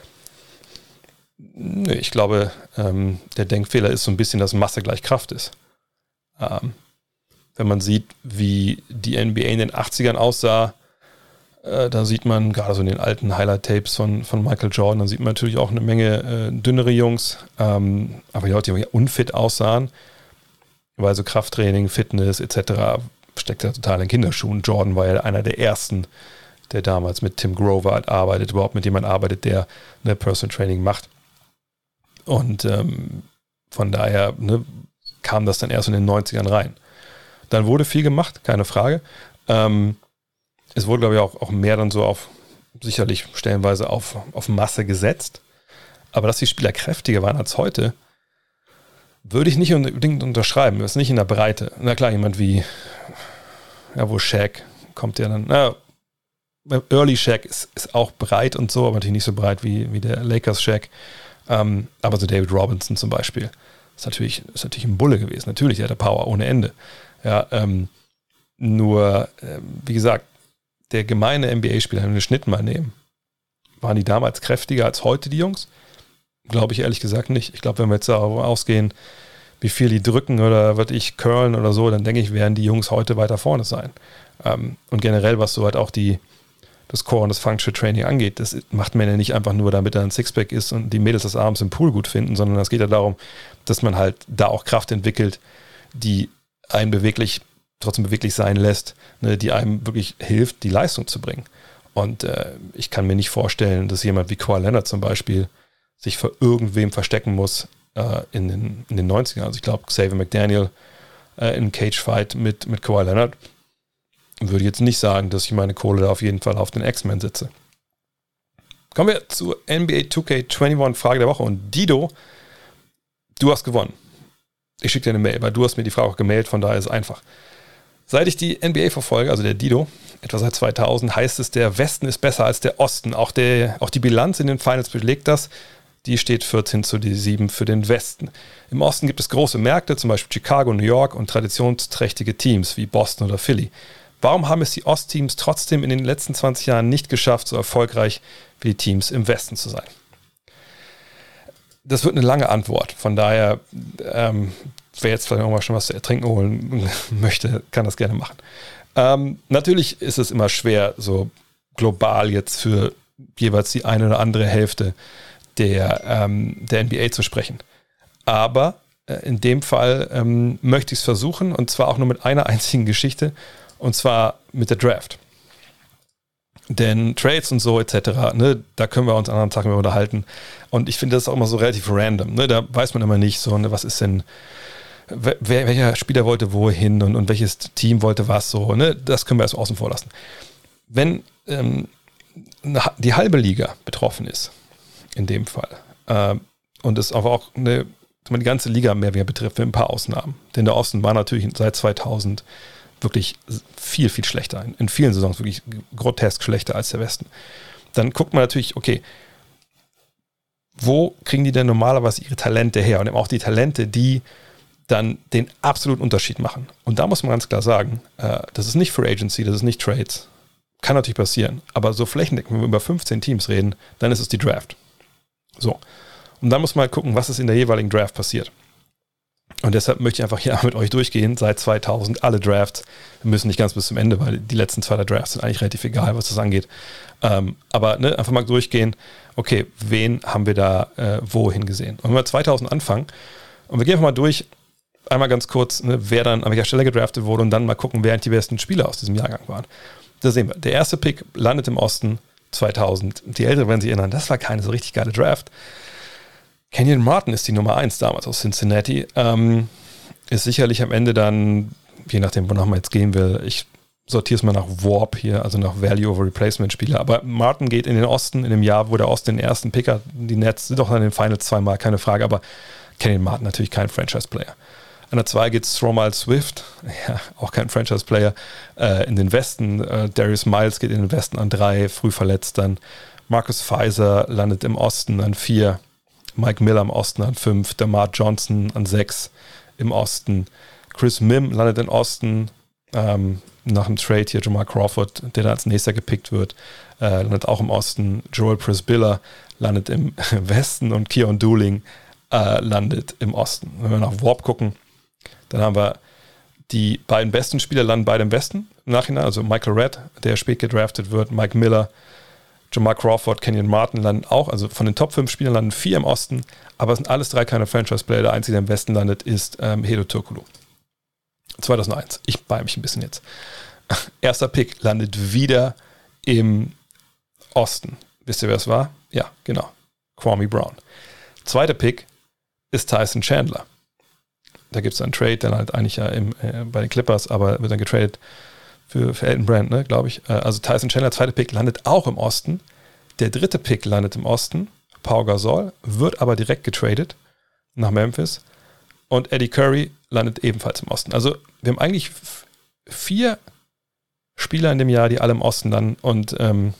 Nö, ich glaube, ähm, der Denkfehler ist so ein bisschen, dass Masse gleich Kraft ist. Ähm, wenn man sieht, wie die N B A in den achtzigern aussah, äh, da sieht man, gerade so in den alten Highlight-Tapes von, von Michael Jordan, dann sieht man natürlich auch eine Menge äh, dünnere Jungs, ähm, aber die Leute, die unfit aussahen, weil so Krafttraining, Fitness et cetera steckt ja total in Kinderschuhen. Jordan war ja einer der ersten, der damals mit Tim Grover arbeitet, überhaupt mit jemandem arbeitet, der eine Personal Training macht. Und ähm, von daher ne, kam das dann erst in den neunzigern rein. Dann wurde viel gemacht, keine Frage. Ähm, es wurde, glaube ich, auch, auch mehr dann so auf, sicherlich stellenweise auf, auf Masse gesetzt. Aber dass die Spieler kräftiger waren als heute, würde ich nicht unbedingt unterschreiben. Das ist nicht in der Breite. Na klar, jemand wie ja, wo Shaq kommt ja dann, na, Early Shaq ist, ist auch breit und so, aber natürlich nicht so breit wie, wie der Lakers Shaq. Ähm, aber so David Robinson zum Beispiel ist natürlich, ist natürlich ein Bulle gewesen. Natürlich, er hatte Power ohne Ende. Ja, ähm, nur, äh, wie gesagt, der gemeine N B A-Spieler, wenn wir den Schnitt mal nehmen, waren die damals kräftiger als heute, die Jungs? Glaube ich ehrlich gesagt nicht. Ich glaube, wenn wir jetzt darauf ausgehen, wie viel die drücken oder was ich curlen oder so, dann denke ich, werden die Jungs heute weiter vorne sein. Ähm, und generell, was so halt auch die, das Core und das Functional Training angeht, das macht man ja nicht einfach nur, damit er ein Sixpack ist und die Mädels das abends im Pool gut finden, sondern es geht ja darum, dass man halt da auch Kraft entwickelt, die einen beweglich, trotzdem beweglich sein lässt, ne, die einem wirklich hilft, die Leistung zu bringen. Und äh, ich kann mir nicht vorstellen, dass jemand wie Kawhi Leonard zum Beispiel sich vor irgendwem verstecken muss, in den, in den neunzigern. Also ich glaube, Xavier McDaniel äh, in Cage-Fight mit, mit Kawhi Leonard würde jetzt nicht sagen, dass ich meine Kohle da auf jeden Fall auf den X-Men sitze. Kommen wir zu N B A two K einundzwanzig Frage der Woche. Und Dido, du hast gewonnen. Ich schicke dir eine Mail, weil du hast mir die Frage auch gemailt, von daher ist es einfach. Seit ich die N B A verfolge, also der Dido, etwa seit zweitausend, heißt es, der Westen ist besser als der Osten. Auch, der, auch die Bilanz in den Finals belegt das. Die steht vierzehn zu sieben für den Westen. Im Osten gibt es große Märkte, zum Beispiel Chicago, New York und traditionsträchtige Teams wie Boston oder Philly. Warum haben es die Ostteams trotzdem in den letzten zwanzig Jahren nicht geschafft, so erfolgreich wie die Teams im Westen zu sein? Das wird eine lange Antwort. Von daher, ähm, wer jetzt vielleicht auch mal schon was zu ertrinken holen möchte, kann das gerne machen. Ähm, natürlich ist es immer schwer, so global jetzt für jeweils die eine oder andere Hälfte der, ähm, der N B A zu sprechen. Aber äh, in dem Fall ähm, möchte ich es versuchen, und zwar auch nur mit einer einzigen Geschichte, und zwar mit der Draft. Denn Trades und so et cetera, ne, da können wir uns an anderen Tagen unterhalten. Und ich finde, das ist auch immer so relativ random. Ne? Da weiß man immer nicht so, ne, was ist denn, wer, welcher Spieler wollte wohin und, und welches Team wollte was so. Ne? Das können wir erst außen vor lassen. Wenn ähm, die halbe Liga betroffen ist, in dem Fall, äh, und es aber auch eine, die ganze Liga mehr wieder betrifft, mit ein paar Ausnahmen. Denn der Osten war natürlich seit zweitausend wirklich viel, viel schlechter. In vielen Saisons wirklich grotesk schlechter als der Westen. Dann guckt man natürlich, okay, wo kriegen die denn normalerweise ihre Talente her? Und eben auch die Talente, die dann den absoluten Unterschied machen. Und da muss man ganz klar sagen, äh, das ist nicht Free Agency, das ist nicht Trades. Kann natürlich passieren. Aber so flächendeckend, wenn wir über fünfzehn Teams reden, dann ist es die Draft. So. Und dann muss man halt gucken, was ist in der jeweiligen Draft passiert. Und deshalb möchte ich einfach hier mit euch durchgehen, seit zweitausend alle Drafts. Wir müssen nicht ganz bis zum Ende, weil die letzten zwei der Drafts sind eigentlich relativ egal, was das angeht. Ähm, aber ne, einfach mal durchgehen, okay, wen haben wir da äh, wohin gesehen? Und wenn wir zweitausend anfangen, und wir gehen einfach mal durch, einmal ganz kurz, ne, wer dann an welcher Stelle gedraftet wurde und dann mal gucken, wer die besten Spieler aus diesem Jahrgang waren. Da sehen wir, der erste Pick landet im Osten zweitausend. Die Älteren werden sich erinnern, das war keine so richtig geile Draft. Kenyon Martin ist die Nummer eins damals aus Cincinnati. Ähm, ist sicherlich am Ende dann, je nachdem, wonach man jetzt gehen will, ich sortiere es mal nach Warp hier, also nach Value over Replacement Spieler. Aber Martin geht in den Osten, in dem Jahr, wo der Osten den ersten Pick hat. Die Nets sind doch an den Finals zweimal, keine Frage. Aber Kenyon Martin natürlich kein Franchise-Player. An der zwei geht Stromal Swift, ja, auch kein Franchise-Player. Äh, in den Westen, äh, Darius Miles geht in den Westen an drei, früh verletzt dann. Marcus Fizer landet im Osten an vier. Mike Miller im Osten an fünf, DeMar Johnson an sechs im Osten. Chris Mihm landet im Osten, ähm, nach dem Trade hier Jamal Crawford, der da als nächster gepickt wird, äh, landet auch im Osten. Joel Prisbilla landet im Westen und Keon Dooling äh, landet im Osten. Wenn wir nach Warp gucken, dann haben wir die beiden besten Spieler landen beide im Westen im Nachhinein, also Michael Redd, der spät gedraftet wird, Mike Miller, Jamal Crawford, Kenyon Martin landen auch, also von den Top fünf Spielern landen vier im Osten, aber es sind alles drei keine Franchise-Player. Der einzige, der im Westen landet, ist ähm, Hedo Turkoglu. zweitausendeins. Ich beeile mich ein bisschen jetzt. Erster Pick landet wieder im Osten. Wisst ihr, wer es war? Ja, genau. Kwame Brown. Zweiter Pick ist Tyson Chandler. Da gibt es einen Trade, der landet eigentlich ja im, äh, bei den Clippers, aber wird dann getradet für, für Elton Brand, ne, glaube ich. Also Tyson Chandler, zweiter Pick, landet auch im Osten. Der dritte Pick landet im Osten. Pau Gasol, wird aber direkt getradet nach Memphis. Und Eddie Curry landet ebenfalls im Osten. Also wir haben eigentlich f- vier Spieler in dem Jahr, die alle im Osten landen. Und ähm,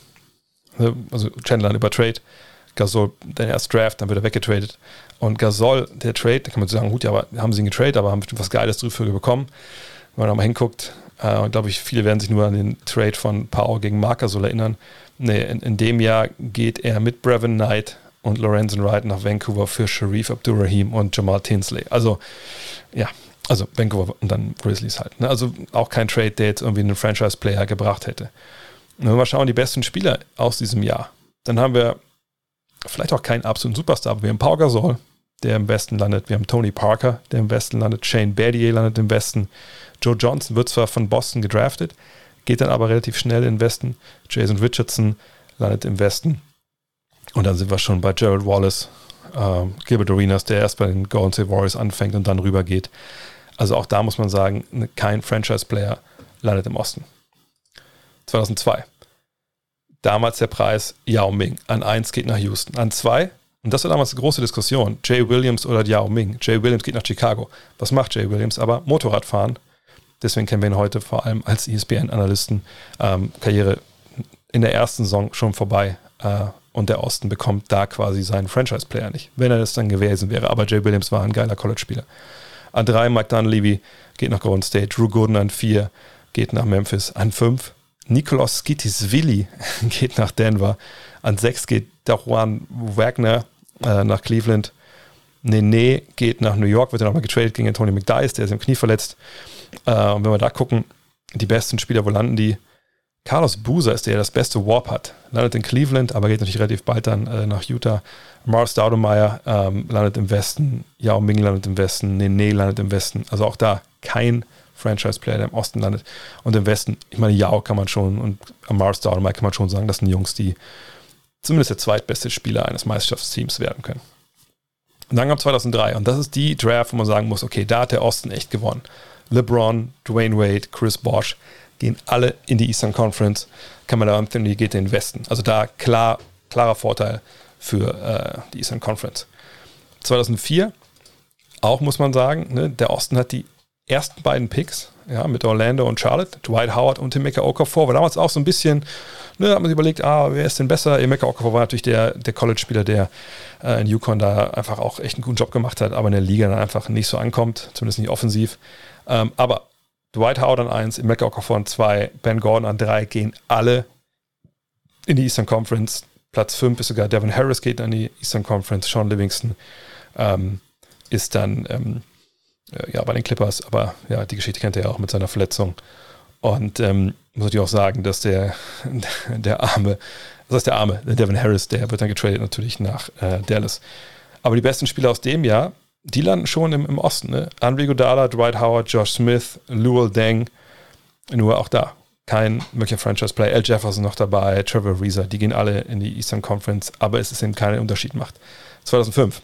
also Chandler über Trade, Gasol, der erste Draft, dann wird er weggetradet. Und Gasol, der Trade, da kann man sagen, gut, ja, aber haben sie ihn getradet, aber haben bestimmt was Geiles dafür bekommen. Wenn man da mal hinguckt, äh, glaube ich, viele werden sich nur an den Trade von Pau gegen Marc Gasol erinnern. Nee, in, in dem Jahr geht er mit Brevin Knight und Lorenzen Wright nach Vancouver für Sharif Abdur-Rahim und Jamal Tinsley. Also, ja, also Vancouver und dann Grizzlies halt. Ne? Also auch kein Trade, der jetzt irgendwie einen Franchise-Player gebracht hätte. Und wenn wir mal schauen, die besten Spieler aus diesem Jahr, dann haben wir vielleicht auch keinen absoluten Superstar, aber wir haben Pau Gasol, der im Westen landet. Wir haben Tony Parker, der im Westen landet. Shane Battier landet im Westen. Joe Johnson wird zwar von Boston gedraftet, geht dann aber relativ schnell in den Westen. Jason Richardson landet im Westen. Und dann sind wir schon bei Gerald Wallace, äh, Gilbert Arenas, der erst bei den Golden State Warriors anfängt und dann rüber geht. Also auch da muss man sagen, kein Franchise-Player landet im Osten. zweitausendzwei. Damals der Preis Yao Ming. An eins geht nach Houston. An zwei, und das war damals eine große Diskussion, Jay Williams oder Yao Ming. Jay Williams geht nach Chicago. Was macht Jay Williams? Aber Motorradfahren. Deswegen kennen wir ihn heute vor allem als E S P N-Analysten. Ähm, Karriere in der ersten Saison schon vorbei. Äh, und der Osten bekommt da quasi seinen Franchise-Player nicht. Wenn er das dann gewesen wäre. Aber Jay Williams war ein geiler College-Spieler. An drei, Mike Dunleavy geht nach Golden State. Drew Gooden an vier. geht nach Memphis. An fünf Nikolaus Skitisvili geht nach Denver. An sechs geht Dajuan Wagner äh, nach Cleveland. Nene geht nach New York, wird dann nochmal getradet gegen Anthony McDyess, der ist im Knie verletzt. Äh, und wenn wir da gucken, die besten Spieler, wo landen die? Carlos Boozer ist der, der das beste Warp hat. Landet in Cleveland, aber geht natürlich relativ bald dann äh, nach Utah. Mars Stoudemire ähm, landet im Westen. Yao Ming landet im Westen. Nene landet im Westen. Also auch da kein Franchise-Player, der im Osten landet. Und im Westen, ich meine, Yao kann man schon und Mars Stoudemire kann man schon sagen, das sind Jungs, die zumindest der zweitbeste Spieler eines Meisterschaftsteams werden können. Und dann kam zweitausenddrei und das ist die Draft, wo man sagen muss, okay, da hat der Osten echt gewonnen. LeBron, Dwayne Wade, Chris Bosh gehen alle in die Eastern Conference. Carmelo Anthony geht in den Westen. Also da klar, klarer Vorteil für äh, die Eastern Conference. zweitausendvier, auch muss man sagen, ne, der Osten hat die ersten beiden Picks, ja, mit Orlando und Charlotte, Dwight Howard und Emeka Okafor, war damals auch so ein bisschen, ne, hat man sich überlegt, ah, wer ist denn besser? Emeka Okafor war natürlich der, der College-Spieler, der äh, in UConn da einfach auch echt einen guten Job gemacht hat, aber in der Liga dann einfach nicht so ankommt, zumindest nicht offensiv. Ähm, aber Dwight Howard an eins, Emeka Okafor an zwei, Ben Gordon an drei, gehen alle in die Eastern Conference. Platz fünf ist sogar Devin Harris geht an die Eastern Conference, Sean Livingston ähm, ist dann ähm, ja, bei den Clippers, aber ja, die Geschichte kennt er ja auch mit seiner Verletzung. Und ähm, muss natürlich auch sagen, dass der, der arme, was heißt der arme, der Devin Harris, der wird dann getradet natürlich nach äh, Dallas. Aber die besten Spieler aus dem Jahr, die landen schon im, im Osten. Ne? Andre Iguodala, Dwight Howard, Josh Smith, Luol Deng, nur auch da kein möglicher Franchise-Player. Al Jefferson noch dabei, Trevor Ariza, die gehen alle in die Eastern Conference, aber es ist eben keinen Unterschied macht. zweitausendfünf.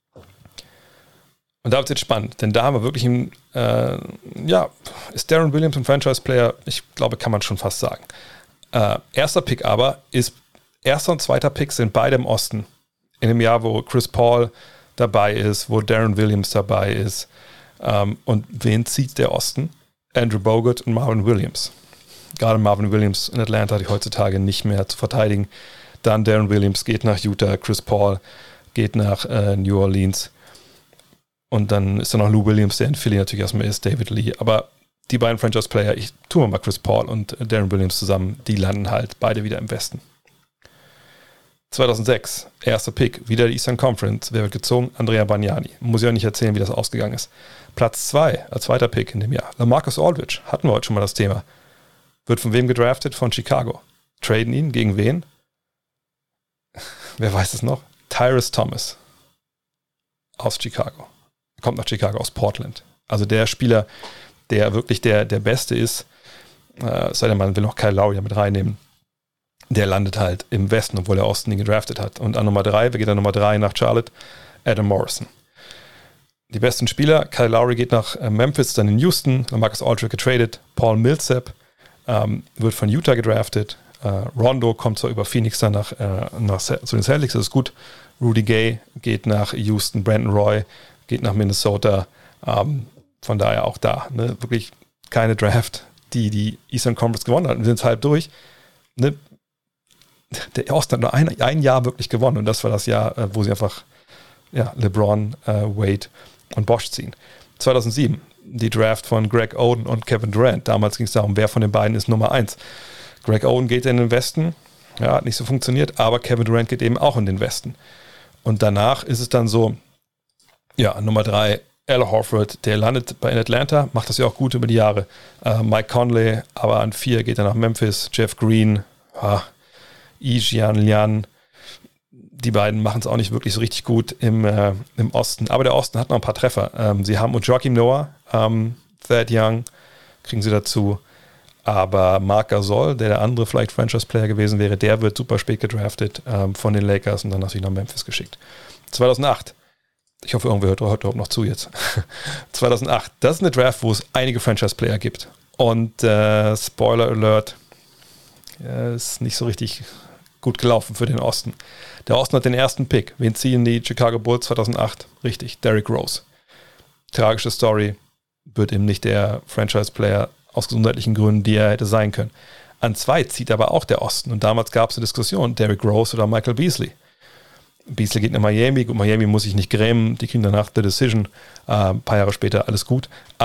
Und da wird es jetzt spannend, denn da haben wir wirklich ein, äh, ja, ist Deron Williams ein Franchise-Player? Ich glaube, kann man schon fast sagen. Äh, erster Pick aber ist, erster und zweiter Pick sind beide im Osten. In dem Jahr, wo Chris Paul dabei ist, wo Deron Williams dabei ist. Ähm, und wen zieht der Osten? Andrew Bogut und Marvin Williams. Gerade Marvin Williams in Atlanta hat ich heutzutage nicht mehr zu verteidigen. Dann Deron Williams geht nach Utah, Chris Paul geht nach äh, New Orleans. Und dann ist da noch Lou Williams, der in Philly natürlich erstmal ist, David Lee. Aber die beiden Franchise-Player, ich tue mal Chris Paul und Deron Williams zusammen, die landen halt beide wieder im Westen. zweitausendsechs, erster Pick, wieder die Eastern Conference. Wer wird gezogen? Andrea Bargnani. Muss ich auch nicht erzählen, wie das ausgegangen ist. Platz zwei, als zweiter Pick in dem Jahr. LaMarcus Aldridge, hatten wir heute schon mal das Thema. Wird von wem gedraftet? Von Chicago. Traden ihn gegen wen? Wer weiß es noch? Tyrese Thomas aus Chicago. Kommt nach Chicago aus Portland. Also der Spieler, der wirklich der, der Beste ist, äh, sei denn man will noch Kyle Lowry mit reinnehmen, der landet halt im Westen, obwohl er Osten ihn gedraftet hat. Und an Nummer drei, wer geht an Nummer drei nach Charlotte? Adam Morrison. Die besten Spieler, Kyle Lowry geht nach äh, Memphis, dann in Houston, LaMarcus Aldridge getradet, Paul Millsap ähm, wird von Utah gedraftet, äh, Rondo kommt zwar über Phoenix dann nach, äh, nach zu den Celtics, das ist gut, Rudy Gay geht nach Houston, Brandon Roy geht nach Minnesota, ähm, von daher auch da, ne, wirklich keine Draft, die die Eastern Conference gewonnen hat. Wir sind jetzt halb durch. Ne? Der Osten hat nur ein, ein Jahr wirklich gewonnen und das war das Jahr, wo sie einfach ja, LeBron, äh, Wade und Bosh ziehen. zweitausendsieben, die Draft von Greg Oden und Kevin Durant. Damals ging es darum, wer von den beiden ist Nummer eins. Greg Oden geht in den Westen, ja, hat nicht so funktioniert, aber Kevin Durant geht eben auch in den Westen. Und danach ist es dann so, ja, Nummer drei, Al Horford, der landet bei in Atlanta, macht das ja auch gut über die Jahre. Äh, Mike Conley, aber an vier geht er nach Memphis. Jeff Green, ah, Yi Jianlian, die beiden machen es auch nicht wirklich so richtig gut im, äh, im Osten. Aber der Osten hat noch ein paar Treffer. Ähm, sie haben und Joakim Noah, ähm, Thad Young, kriegen sie dazu. Aber Marc Gasol, der der andere vielleicht Franchise-Player gewesen wäre, der wird super spät gedraftet ähm, von den Lakers und dann natürlich nach Memphis geschickt. zweitausendacht. Ich hoffe, irgendwer hört heute noch zu jetzt. zweitausendacht. Das ist eine Draft, wo es einige Franchise-Player gibt. Und äh, Spoiler Alert, äh, ist nicht so richtig gut gelaufen für den Osten. Der Osten hat den ersten Pick. Wen ziehen die Chicago Bulls zweitausendacht? Richtig, Derrick Rose. Tragische Story. Wird eben nicht der Franchise-Player aus gesundheitlichen Gründen, die er hätte sein können. An zwei zieht aber auch der Osten. Und damals gab es eine Diskussion, Derrick Rose oder Michael Beasley. Beasley geht nach Miami. Gut, Miami muss sich nicht grämen. Die kriegen danach The Decision. Äh, ein paar Jahre später alles gut. Aber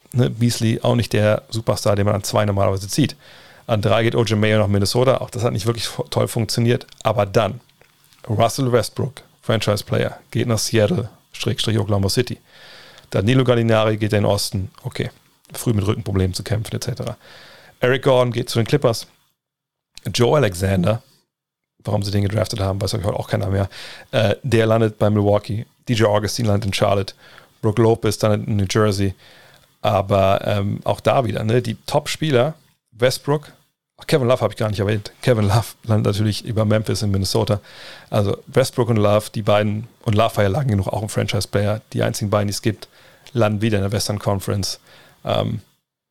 Ne? Beasley auch nicht der Superstar, den man an zwei normalerweise zieht. An drei geht O J Mayo nach Minnesota. Auch das hat nicht wirklich toll funktioniert. Aber dann Russell Westbrook, Franchise-Player, geht nach Seattle, Schrägstrich Oklahoma City. Danilo Gallinari geht in den Osten. Okay, früh mit Rückenproblemen zu kämpfen et cetera. Eric Gordon geht zu den Clippers. Joe Alexander, warum sie den gedraftet haben, weiß heute auch keiner mehr. Äh, der landet bei Milwaukee. D J Augustine landet in Charlotte. Brook Lopez dann in New Jersey. Aber ähm, auch da wieder, ne, die Top-Spieler, Westbrook, ach, Kevin Love habe ich gar nicht erwähnt. Kevin Love landet natürlich über Memphis in Minnesota. Also Westbrook und Love, die beiden, und Love war ja lang genug auch ein Franchise-Player, die einzigen beiden, die es gibt, landen wieder in der Western Conference. Ähm,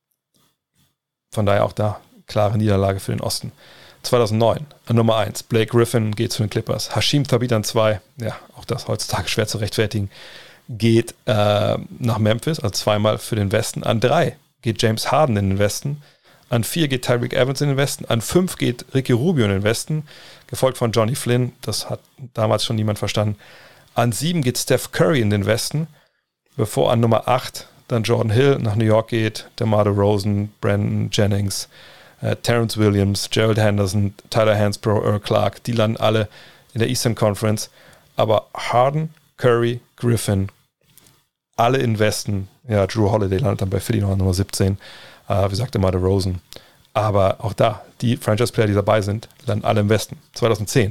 von daher auch da klare Niederlage für den Osten. zweitausendneun, an Nummer eins, Blake Griffin geht zu den Clippers. Hashim Thabit an zwei, ja, auch das heutzutage schwer zu rechtfertigen, geht äh, nach Memphis, also zweimal für den Westen. An drei geht James Harden in den Westen. An vier geht Tyreek Evans in den Westen. An fünf geht Ricky Rubio in den Westen, gefolgt von Johnny Flynn. Das hat damals schon niemand verstanden. An sieben geht Steph Curry in den Westen, bevor an Nummer acht dann Jordan Hill nach New York geht, DeMar DeRozan, Brandon Jennings, äh, Terrence Williams, Gerald Henderson, Tyler Hansbrough, Earl Clark. Die landen alle in der Eastern Conference. Aber Harden, Curry, Griffin, alle in Westen. Ja, Drew Holiday landet dann bei Philly noch an Nummer siebzehn. Uh, wie sagte mal DeRozan. Aber auch da, die Franchise-Player, die dabei sind, landen alle im Westen. zweitausendzehn.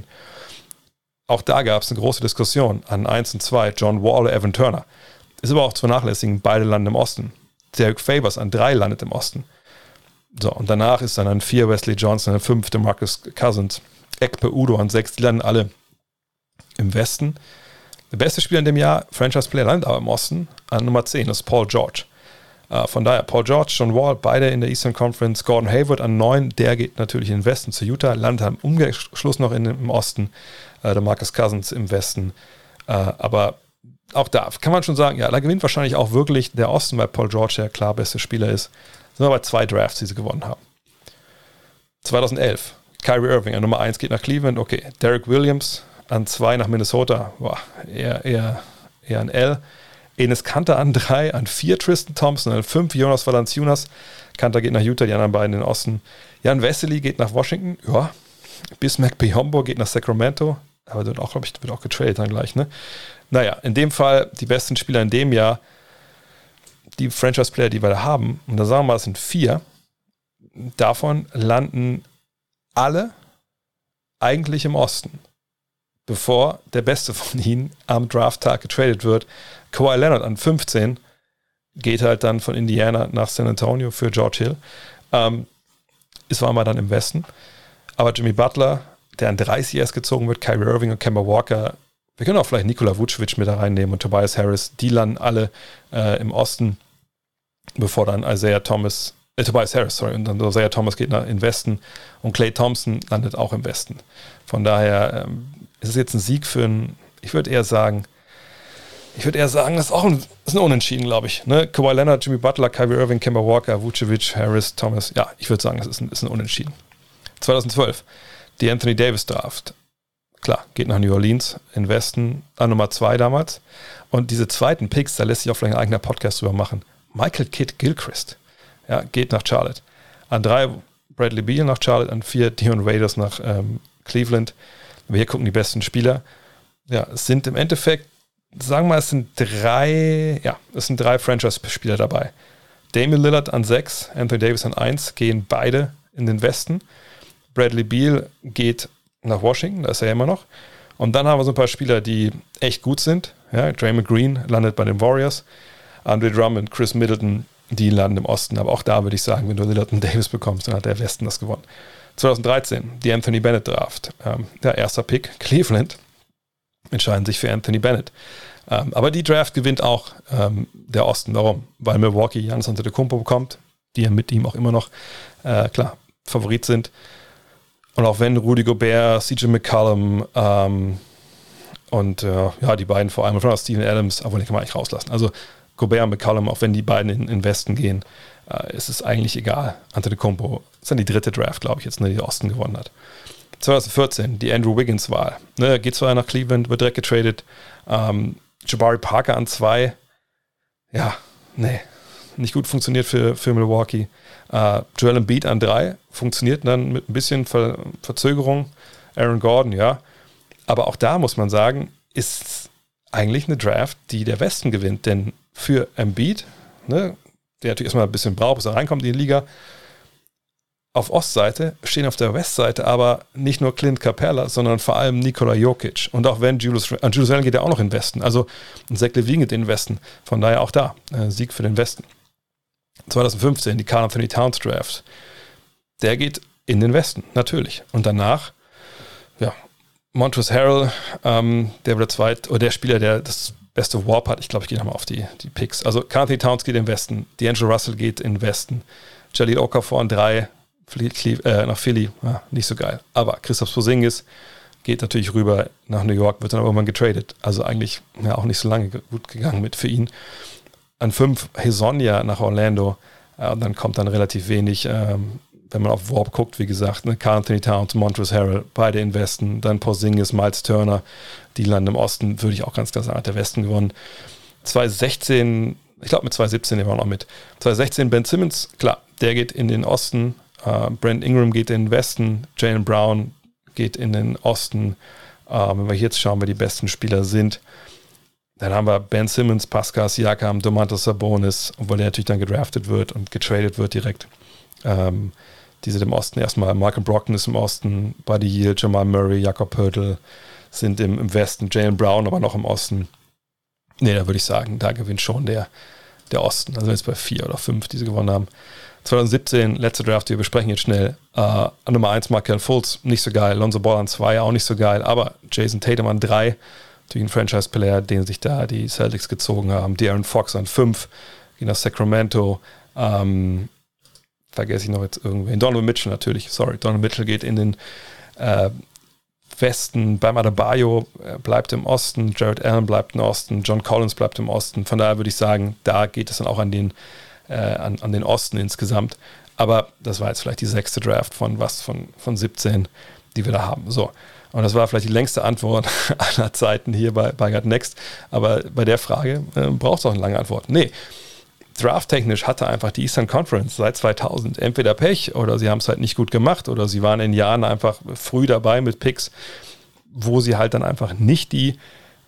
Auch da gab es eine große Diskussion an eins und zwei, John Wall oder Evan Turner. Ist aber auch zu vernachlässigen, beide landen im Osten. Derek Favors an drei landet im Osten. So, und danach ist dann an vier Wesley Johnson, an fünf DeMarcus Cousins, Ekpe Udoh an sechs, die landen alle im Westen. Der beste Spieler in dem Jahr, Franchise-Player, landet aber im Osten, an Nummer zehn, das ist Paul George. Uh, von daher, Paul George, John Wall, beide in der Eastern Conference. Gordon Hayward an neun, der geht natürlich in den Westen zu Utah, landet im Umkehrschluss noch in, im Osten, uh, der Marcus Cousins im Westen. Uh, aber auch da kann man schon sagen, ja, da gewinnt wahrscheinlich auch wirklich der Osten, weil Paul George der klar beste Spieler ist. Sind wir bei zwei Drafts, die sie gewonnen haben. zweitausendelf, Kyrie Irving an Nummer eins geht nach Cleveland, okay. Derek Williams an zwei nach Minnesota, boah, eher, eher, eher ein L. Enes Kanter an drei, an vier Tristan Thompson, an fünf Jonas Valanciunas. Kanter geht nach Utah, die anderen beiden in den Osten. Jan Vesely geht nach Washington, ja. Bismack Biyombo geht nach Sacramento, aber wird auch, glaube ich, wird auch getradet dann gleich, ne? Naja, in dem Fall die besten Spieler in dem Jahr, die Franchise-Player, die wir da haben, und da sagen wir mal, es sind vier, davon landen alle eigentlich im Osten, bevor der Beste von ihnen am Drafttag getradet wird. Kawhi Leonard an fünfzehn geht halt dann von Indiana nach San Antonio für George Hill. Ähm, ist war mal dann im Westen. Aber Jimmy Butler, der an dreißig erst gezogen wird, Kyrie Irving und Kemba Walker, wir können auch vielleicht Nikola Vucevic mit da reinnehmen und Tobias Harris, die landen alle äh, im Osten, bevor dann Isaiah Thomas, äh, Tobias Harris, sorry, und dann Isaiah Thomas geht nach in den Westen und Klay Thompson landet auch im Westen. Von daher ähm, ist es jetzt ein Sieg für ein, ich würde eher sagen, Ich würde eher sagen, das ist auch ein, das ist ein Unentschieden, glaube ich. Ne? Kawhi Leonard, Jimmy Butler, Kyrie Irving, Kemba Walker, Vucevic, Harris, Thomas. Ja, ich würde sagen, das ist ein, ist ein Unentschieden. zweitausendzwölf, die Anthony Davis Draft. Klar, geht nach New Orleans, in Westen, an Nummer zwei damals. Und diese zweiten Picks, da lässt sich auch vielleicht ein eigener Podcast drüber machen. Michael Kidd Gilchrist, ja, geht nach Charlotte. An drei Bradley Beal nach Charlotte, an vier Dion Waiters nach ähm, Cleveland. Wir hier gucken die besten Spieler. Ja, es sind im Endeffekt, sagen wir mal, es sind drei, ja, es sind drei Franchise-Spieler dabei. Damian Lillard an sechs, Anthony Davis an eins, gehen beide in den Westen. Bradley Beal geht nach Washington, da ist er ja immer noch. Und dann haben wir so ein paar Spieler, die echt gut sind. Ja, Draymond Green landet bei den Warriors. Andre Drummond, Chris Middleton, die landen im Osten. Aber auch da würde ich sagen, wenn du Lillard und Davis bekommst, dann hat der Westen das gewonnen. zweitausenddreizehn, die Anthony Bennett Draft. Ähm, der erste Pick, Cleveland, entscheiden sich für Anthony Bennett. Ähm, aber die Draft gewinnt auch ähm, der Osten. Warum? Weil Milwaukee Giannis Antetokounmpo bekommt, die ja mit ihm auch immer noch, äh, klar, Favorit sind. Und auch wenn Rudy Gobert, C J McCollum ähm, und äh, ja, die beiden vor allem, von Steven Adams, obwohl den kann man eigentlich rauslassen. Also Gobert und McCollum, auch wenn die beiden in den Westen gehen, äh, ist es eigentlich egal. Antetokounmpo ist dann die dritte Draft, glaube ich, jetzt, ne, die der Osten gewonnen hat. zweitausendvierzehn, die Andrew Wiggins-Wahl. Ne, geht zwar nach Cleveland, wird direkt getradet. Ähm, Jabari Parker an zwei. Ja, nee, nicht gut funktioniert für, für Milwaukee. Uh, Joel Embiid an drei funktioniert dann mit ein bisschen Ver- Verzögerung. Aaron Gordon, ja. Aber auch da muss man sagen, ist eigentlich eine Draft, die der Westen gewinnt. Denn für Embiid, ne, der natürlich erstmal ein bisschen braucht, bis er reinkommt in die Liga, auf Ostseite stehen auf der Westseite aber nicht nur Clint Capella, sondern vor allem Nikola Jokic. Und auch wenn Julius, äh, Julius Randle geht ja auch noch in den Westen. Also Zach LaVine geht in den Westen. Von daher auch da, äh, Sieg für den Westen. zwanzig fünfzehn, die Karl Anthony Towns Draft. Der geht in den Westen, natürlich. Und danach, ja, Montrezl Harrell, ähm, der wird der zweit, oder der Spieler, der das beste Warp hat. Ich glaube, ich gehe nochmal auf die, die Picks. Also Karl Anthony Towns geht in den Westen, D'Angelo Russell geht in den Westen, Jahlil Okafor an drei, äh, nach Philly, ja, nicht so geil. Aber Kristaps Porzingis geht natürlich rüber nach New York, wird dann aber irgendwann getradet. Also eigentlich ja, auch nicht so lange gut gegangen mit für ihn. An fünf Hezonja nach Orlando. Äh, und dann kommt dann relativ wenig, ähm, wenn man auf Warp guckt, wie gesagt, ne, Karl Anthony Towns, Montrezl Harrell, beide im Westen, dann Porzingis, Miles Turner, die landen im Osten, würde ich auch ganz klar sagen, hat der Westen gewonnen. zwanzig sechzehn, ich glaube mit zwanzig siebzehn nehmen wir auch noch mit. zwanzig sechzehn Ben Simmons, klar, der geht in den Osten, äh, Brandon Ingram geht in den Westen, Jaylen Brown geht in den Osten. Äh, wenn wir jetzt schauen, wer die besten Spieler sind, dann haben wir Ben Simmons, Pascal Siakam, Domantas Sabonis, obwohl der natürlich dann gedraftet wird und getradet wird direkt. Ähm, die sind im Osten erstmal. Malcolm Brogdon ist im Osten, Buddy Hield, Jamal Murray, Jakob Poeltl sind im, im Westen, Jaylen Brown aber noch im Osten. Nee, da würde ich sagen, da gewinnt schon der, der Osten. Also jetzt bei vier oder fünf, die sie gewonnen haben. zwanzig siebzehn, letzte Draft, wir besprechen jetzt schnell. Äh, an Nummer eins Markelle Fultz, nicht so geil. Lonzo Ball an zwei, auch nicht so geil. Aber Jason Tatum an drei, natürlich ein Franchise-Player, den sich da die Celtics gezogen haben. De'Aaron Fox an fünf, ging nach Sacramento. Ähm, vergesse ich noch jetzt irgendwen. Donovan Mitchell natürlich, sorry. Donovan Mitchell geht in den äh, Westen. Bam Adebayo äh, bleibt im Osten. Jared Allen bleibt im Osten. John Collins bleibt im Osten. Von daher würde ich sagen, da geht es dann auch an den, äh, an, an den Osten insgesamt. Aber das war jetzt vielleicht die sechste Draft von was? Von, von siebzehn, die wir da haben. So. Und das war vielleicht die längste Antwort aller Zeiten hier bei, bei Gut Next. Aber bei der Frage äh, braucht es auch eine lange Antwort. Nee, drafttechnisch hatte einfach die Eastern Conference seit zweitausend entweder Pech oder sie haben es halt nicht gut gemacht oder sie waren in Jahren einfach früh dabei mit Picks, wo sie halt dann einfach nicht die,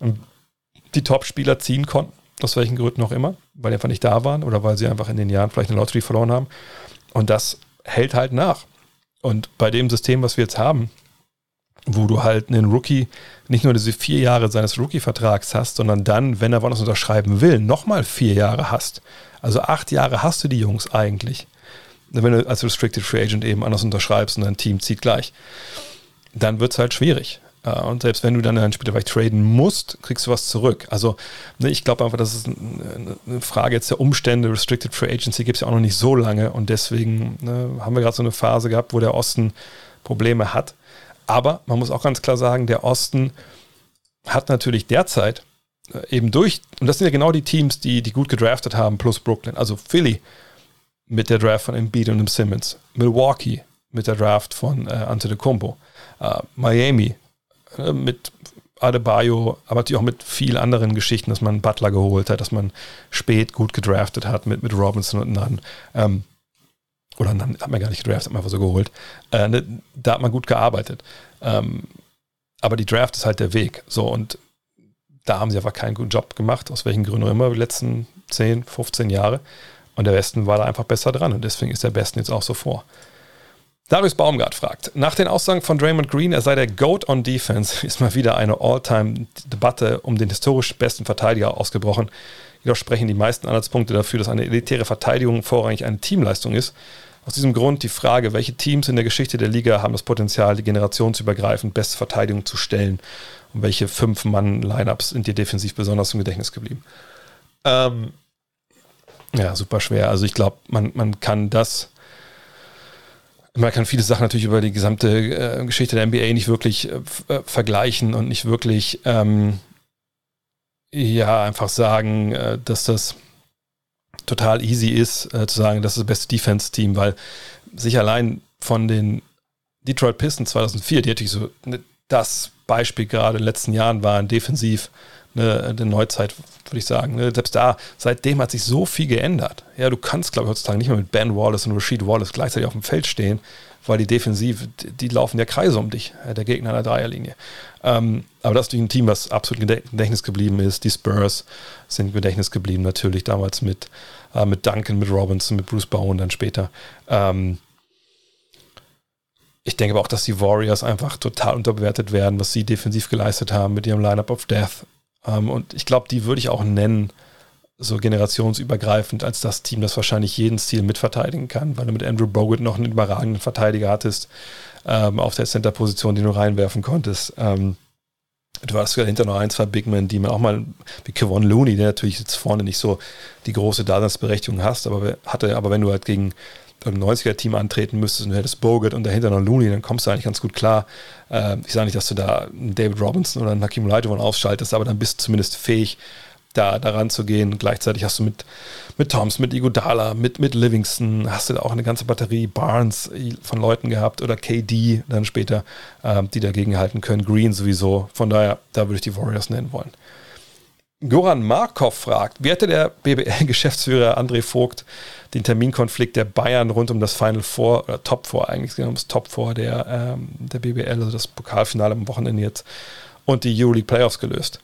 die Top-Spieler ziehen konnten, aus welchen Gründen auch immer, weil die einfach nicht da waren oder weil sie einfach in den Jahren vielleicht eine Lottery verloren haben. Und das hält halt nach. Und bei dem System, was wir jetzt haben, wo du halt einen Rookie nicht nur diese vier Jahre seines Rookie-Vertrags hast, sondern dann, wenn er woanders unterschreiben will, nochmal vier Jahre hast. Also acht Jahre hast du die Jungs eigentlich. Wenn du als Restricted Free Agent eben anders unterschreibst und dein Team zieht gleich, dann wird es halt schwierig. Und selbst wenn du dann einen Spieler vielleicht traden musst, kriegst du was zurück. Also ne, ich glaube einfach, das ist eine Frage jetzt der Umstände. Restricted Free Agency gibt es ja auch noch nicht so lange und deswegen ne, haben wir gerade so eine Phase gehabt, wo der Osten Probleme hat. Aber man muss auch ganz klar sagen, der Osten hat natürlich derzeit eben durch, und das sind ja genau die Teams, die, die gut gedraftet haben, plus Brooklyn. Also Philly mit der Draft von Embiid und dem Simmons, Milwaukee mit der Draft von äh, Antetokounmpo, äh, Miami äh, mit Adebayo, aber natürlich auch mit vielen anderen Geschichten, dass man Butler geholt hat, dass man spät gut gedraftet hat mit, mit Robinson und dann ähm, oder dann hat man gar nicht gedraftet, hat man einfach so geholt. Äh, ne, da hat man gut gearbeitet. Ähm, aber die Draft ist halt der Weg. So, und da haben sie einfach keinen guten Job gemacht, aus welchen Gründen auch immer, die letzten zehn, fünfzehn Jahre. Und der Westen war da einfach besser dran. Und deswegen ist der Westen jetzt auch so vor. Darius Baumgart fragt, nach den Aussagen von Draymond Green, er sei der GOAT on Defense, ist mal wieder eine All-Time-Debatte um den historisch besten Verteidiger ausgebrochen. Jedoch sprechen die meisten Anhaltspunkte dafür, dass eine elitäre Verteidigung vorrangig eine Teamleistung ist. Aus diesem Grund die Frage, welche Teams in der Geschichte der Liga haben das Potenzial, die generationsübergreifend beste Verteidigung zu stellen und welche Fünf-Mann-Lineups sind dir defensiv besonders im Gedächtnis geblieben? Ähm, ja, super schwer. Also ich glaube, man, man kann das, man kann viele Sachen natürlich über die gesamte äh, Geschichte der N B A nicht wirklich äh, vergleichen und nicht wirklich ähm, ja, einfach sagen, äh, dass das total easy ist, äh, zu sagen, das ist das beste Defense-Team, weil sich allein von den Detroit Pistons zweitausendvier, die natürlich so ne, das Beispiel gerade in den letzten Jahren waren, defensiv ne, der Neuzeit, würde ich sagen. Ne? Selbst da, seitdem hat sich so viel geändert. Ja, du kannst, glaube ich, heutzutage nicht mehr mit Ben Wallace und Rasheed Wallace gleichzeitig auf dem Feld stehen, weil die Defensive, die laufen ja Kreise um dich, der Gegner an der Dreierlinie. Ähm, aber das ist natürlich ein Team, was absolut im Gedächtnis geblieben ist. Die Spurs sind im Gedächtnis geblieben, natürlich damals mit, äh, mit Duncan, mit Robinson, mit Bruce Bowen dann später. Ähm, ich denke aber auch, dass die Warriors einfach total unterbewertet werden, was sie defensiv geleistet haben mit ihrem Lineup of Death. Ähm, und ich glaube, die würde ich auch nennen, so generationsübergreifend, als das Team, das wahrscheinlich jeden Stil mitverteidigen kann, weil du mit Andrew Bogut noch einen überragenden Verteidiger hattest, ähm, auf der Center-Position, die du reinwerfen konntest. Ähm, du warst dahinter noch ein, zwei Big Men, die man auch mal, wie Kevon Looney, der natürlich jetzt vorne nicht so die große Daseinsberechtigung hast, aber hatte, aber wenn du halt gegen ein neunziger-Team antreten müsstest und du hättest Bogut und dahinter noch Looney, dann kommst du eigentlich ganz gut klar. Äh, ich sage nicht, dass du da einen David Robinson oder einen Hakeem Olajuwon ausschaltest, aber dann bist du zumindest fähig, da daran zu gehen. Gleichzeitig hast du mit, mit Thompson, mit Iguodala, mit, mit Livingston, hast du da auch eine ganze Batterie Barnes von Leuten gehabt oder K D dann später, äh, die dagegen halten können. Green sowieso. Von daher, da würde ich die Warriors nennen wollen. Goran Markov fragt, wie hätte der B B L-Geschäftsführer André Vogt den Terminkonflikt der Bayern rund um das Final Four, oder Top Four eigentlich, um das Top Four der, ähm, der B B L, also das Pokalfinale am Wochenende jetzt, und die Euroleague Playoffs gelöst?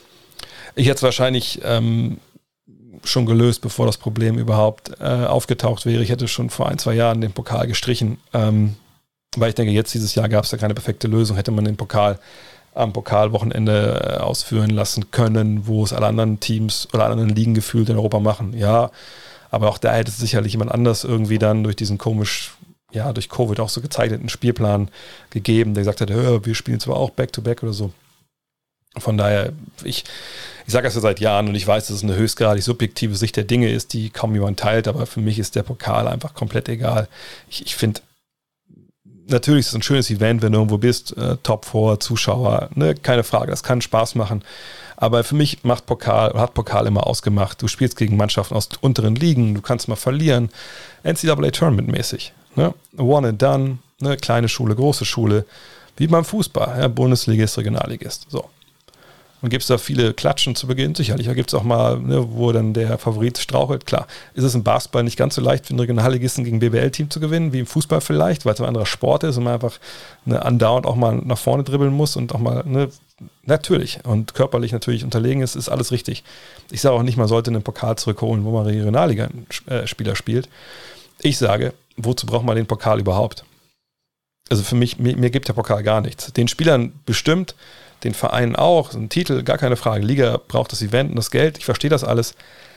Ich hätte es wahrscheinlich ähm, schon gelöst, bevor das Problem überhaupt äh, aufgetaucht wäre. Ich hätte schon vor ein, zwei Jahren den Pokal gestrichen, ähm, weil ich denke, jetzt dieses Jahr gab es da keine perfekte Lösung. Hätte man den Pokal am Pokalwochenende äh, ausführen lassen können, wo es alle anderen Teams oder alle anderen Ligen gefühlt in Europa machen. Ja, aber auch da hätte es sicherlich jemand anders irgendwie dann durch diesen komisch, ja, durch Covid auch so gezeichneten Spielplan gegeben, der gesagt hat, wir spielen zwar auch Back-to-Back oder so. Von daher, ich, ich sage das ja seit Jahren und ich weiß, dass es eine höchstgradig subjektive Sicht der Dinge ist, die kaum jemand teilt, aber für mich ist der Pokal einfach komplett egal. Ich, ich finde, natürlich ist es ein schönes Event, wenn du irgendwo bist, äh, Top vier, Zuschauer, ne, keine Frage, das kann Spaß machen. Aber für mich macht Pokal, hat Pokal immer ausgemacht. Du spielst gegen Mannschaften aus unteren Ligen, du kannst mal verlieren. N C double A Tournament mäßig. Ne? One and done, ne? Kleine Schule, große Schule, wie beim Fußball, ja? Bundesligist, Regionalligist. So. Und gibt es da viele Klatschen zu Beginn? Sicherlich. Da gibt es auch mal, ne, wo dann der Favorit strauchelt. Klar, ist es im Basketball nicht ganz so leicht für einen Regionalligisten gegen ein B B L-Team zu gewinnen, wie im Fußball vielleicht, weil es ein anderer Sport ist und man einfach ne, andauernd auch mal nach vorne dribbeln muss und auch mal, ne, natürlich, und körperlich natürlich unterlegen ist, ist alles richtig. Ich sage auch nicht, man sollte einen Pokal zurückholen, wo man Regionalliga-Spieler spielt. Ich sage, wozu braucht man den Pokal überhaupt? Also für mich, mir, mir gibt der Pokal gar nichts. Den Spielern bestimmt, den Vereinen auch, so ein Titel, gar keine Frage. Liga braucht das Event und das Geld, ich verstehe das alles.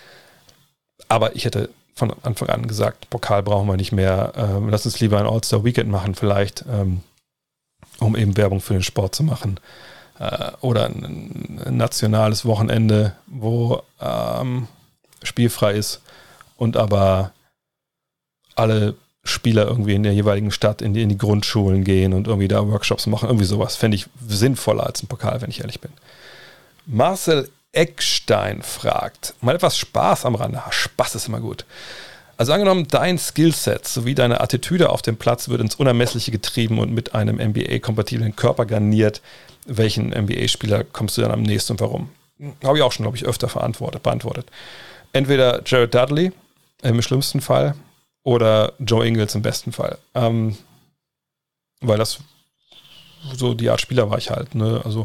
Aber ich hätte von Anfang an gesagt, Pokal brauchen wir nicht mehr. Ähm, lass uns lieber ein All-Star-Weekend machen vielleicht, ähm, um eben Werbung für den Sport zu machen. Äh, oder ein, ein nationales Wochenende, wo ähm, spielfrei ist und aber alle Spieler irgendwie in der jeweiligen Stadt in die, in die Grundschulen gehen und irgendwie da Workshops machen. Irgendwie sowas fände ich sinnvoller als ein Pokal, wenn ich ehrlich bin. Marcel Eckstein fragt, mal etwas Spaß am Rande. Spaß ist immer gut. Also angenommen, dein Skillset sowie deine Attitüde auf dem Platz wird ins Unermessliche getrieben und mit einem N B A-kompatiblen Körper garniert. Welchen N B A-Spieler kommst du dann am nächsten und warum? Habe ich auch schon, glaube ich, öfter verantwortet, beantwortet. Entweder Jared Dudley im schlimmsten Fall oder Joe Ingles im besten Fall. Ähm, weil das so die Art Spieler war ich halt. Ne? Also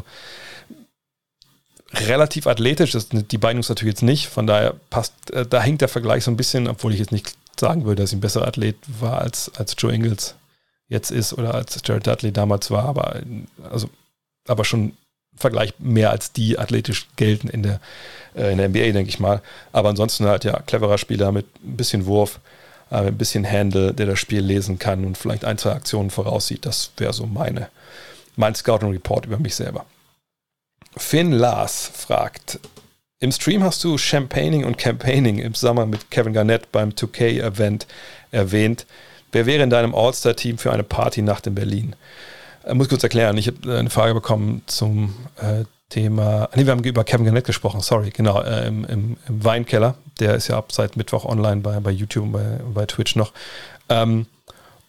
relativ athletisch, das, die beiden Jungs natürlich jetzt nicht, von daher passt, äh, da hinkt der Vergleich so ein bisschen, obwohl ich jetzt nicht sagen würde, dass ich ein besserer Athlet war, als, als Joe Ingles jetzt ist oder als Jared Dudley damals war, aber, also, aber schon Vergleich mehr als die athletisch gelten in der, äh, in der N B A, denke ich mal. Aber ansonsten halt ja cleverer Spieler mit ein bisschen Wurf, äh, ein bisschen Handle, der das Spiel lesen kann und vielleicht ein, zwei Aktionen voraussieht. Das wäre so meine, mein Scouting Report über mich selber. Finn Lars fragt, im Stream hast du Champagning und Campaigning im Sommer mit Kevin Garnett beim zwei K-Event erwähnt. Wer wäre in deinem All-Star-Team für eine Partynacht in Berlin? Ich muss kurz erklären, ich habe eine Frage bekommen zum äh, Thema, nee, wir haben über Kevin Garnett gesprochen, sorry, genau, äh, im, im, im Weinkeller, der ist ja ab seit Mittwoch online bei, bei YouTube und bei, bei Twitch noch. Ähm,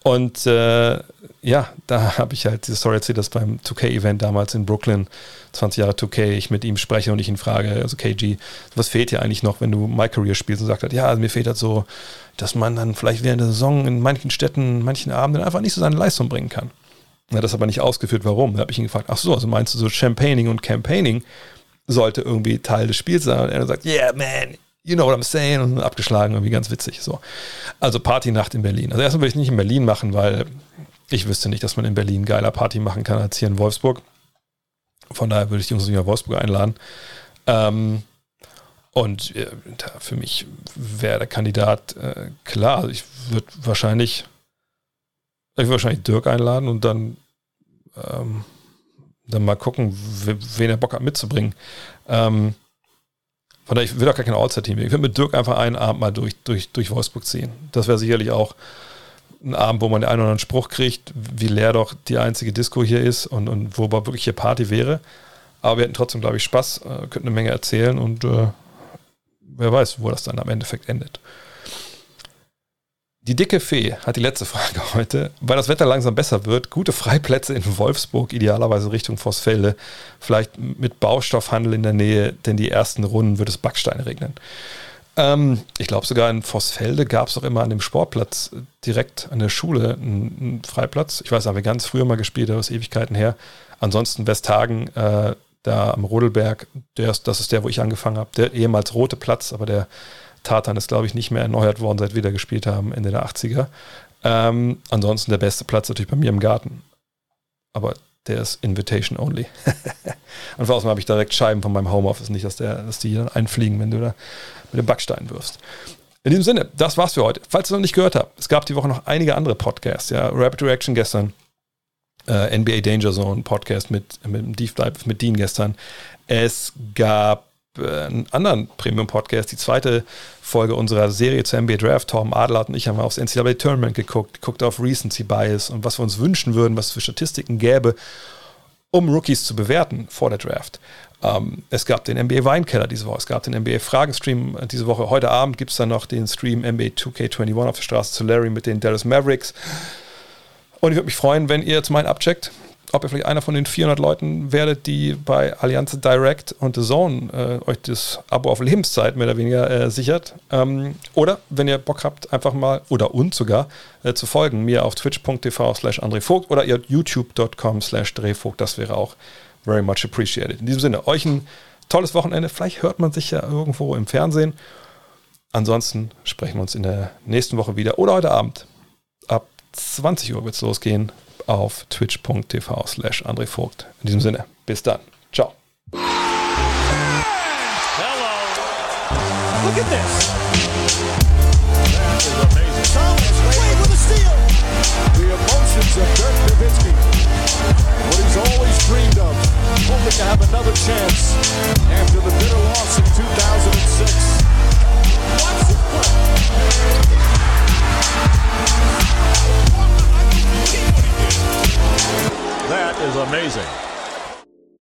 Und äh, ja, da habe ich halt diese Story erzählt, dass beim zwei K-Event damals in Brooklyn, zwanzig Jahre zwei K, ich mit ihm spreche und ich ihn frage, also K G, was fehlt dir eigentlich noch, wenn du My Career spielst? Und sagt halt, ja, also mir fehlt halt so, dass man dann vielleicht während der Saison in manchen Städten, manchen Abenden einfach nicht so seine Leistung bringen kann. Er hat das aber nicht ausgeführt, warum. Da habe ich ihn gefragt, ach so, also meinst du so Champagning und Campaigning sollte irgendwie Teil des Spiels sein? Und er sagt, yeah, man, you know what I'm saying, und abgeschlagen, irgendwie ganz witzig. So. Also Partynacht in Berlin. Also erstmal will ich nicht in Berlin machen, weil ich wüsste nicht, dass man in Berlin geiler Party machen kann als hier in Wolfsburg. Von daher würde ich die Jungs nicht nach Wolfsburg einladen. Ähm, und äh, für mich wäre der Kandidat äh, klar. Also ich würde wahrscheinlich, ich würde wahrscheinlich Dirk einladen und dann, ähm, dann mal gucken, wen er Bock hat mitzubringen. Ähm, Von daher, ich will auch gar kein All-Star-Team. Ich will mit Dirk einfach einen Abend mal durch, durch, durch Wolfsburg ziehen. Das wäre sicherlich auch ein Abend, wo man den einen oder anderen Spruch kriegt, wie leer doch die einzige Disco hier ist und, und wo aber wirklich hier Party wäre. Aber wir hätten trotzdem, glaube ich, Spaß, äh, könnten eine Menge erzählen und äh, wer weiß, wo das dann am Endeffekt endet. Die dicke Fee hat die letzte Frage heute. Weil das Wetter langsam besser wird, gute Freiplätze in Wolfsburg, idealerweise Richtung Vossfelde, vielleicht mit Baustoffhandel in der Nähe, denn die ersten Runden wird es Backsteine regnen. Ähm, ich glaube sogar in Vossfelde gab es auch immer an dem Sportplatz direkt an der Schule einen, einen Freiplatz. Ich weiß, da haben wir ganz früher mal gespielt, das ist Ewigkeiten her. Ansonsten Westhagen, äh, da am Rodelberg, der ist, das ist der, wo ich angefangen habe, der ehemals rote Platz, aber der Tartan ist, glaube ich, nicht mehr erneuert worden, seit wir da gespielt haben, Ende der achtziger. Ähm, ansonsten der beste Platz natürlich bei mir im Garten. Aber der ist Invitation only. Und von außen habe ich direkt Scheiben von meinem Homeoffice, nicht, dass, der, dass die dann einfliegen, wenn du da mit dem Backstein wirfst. In diesem Sinne, das war's für heute. Falls ihr noch nicht gehört habt, es gab die Woche noch einige andere Podcasts. Ja, Rapid Reaction gestern, äh, N B A Danger Zone Podcast mit, mit dem Deep Dive mit Dean gestern. Es gab einen anderen Premium-Podcast, die zweite Folge unserer Serie zur N B A Draft. Torben Adler und ich haben aufs N C double A Tournament geguckt, geguckt auf Recency Bias und was wir uns wünschen würden, was es für Statistiken gäbe, um Rookies zu bewerten vor der Draft. Ähm, es gab den N B A Weinkeller diese Woche, es gab den N B A Fragenstream diese Woche. Heute Abend gibt es dann noch den Stream N B A two K einundzwanzig auf der Straße zu Larry mit den Dallas Mavericks. Und ich würde mich freuen, wenn ihr jetzt meinen abcheckt, ob ihr vielleicht einer von den vierhundert Leuten werdet, die bei Allianz Direct und The Zone äh, euch das Abo auf Lebenszeit mehr oder weniger äh, sichert. Ähm, oder, wenn ihr Bock habt, einfach mal, oder uns sogar, äh, zu folgen, mir auf twitch.tv slash André Vogt oder ihr youtube.com slash Drehvogt. Das wäre auch very much appreciated. In diesem Sinne, euch ein tolles Wochenende. Vielleicht hört man sich ja irgendwo im Fernsehen. Ansonsten sprechen wir uns in der nächsten Woche wieder oder heute Abend. Ab zwanzig Uhr wird es losgehen auf twitch.tv slash André Vogt. In diesem Sinne, bis dann. Ciao. Hello. Look at this. That is amazing. Thomas Wade with a steal. The emotions of Dirk Nowitzki. What he's always dreamed of. Hoping to have another chance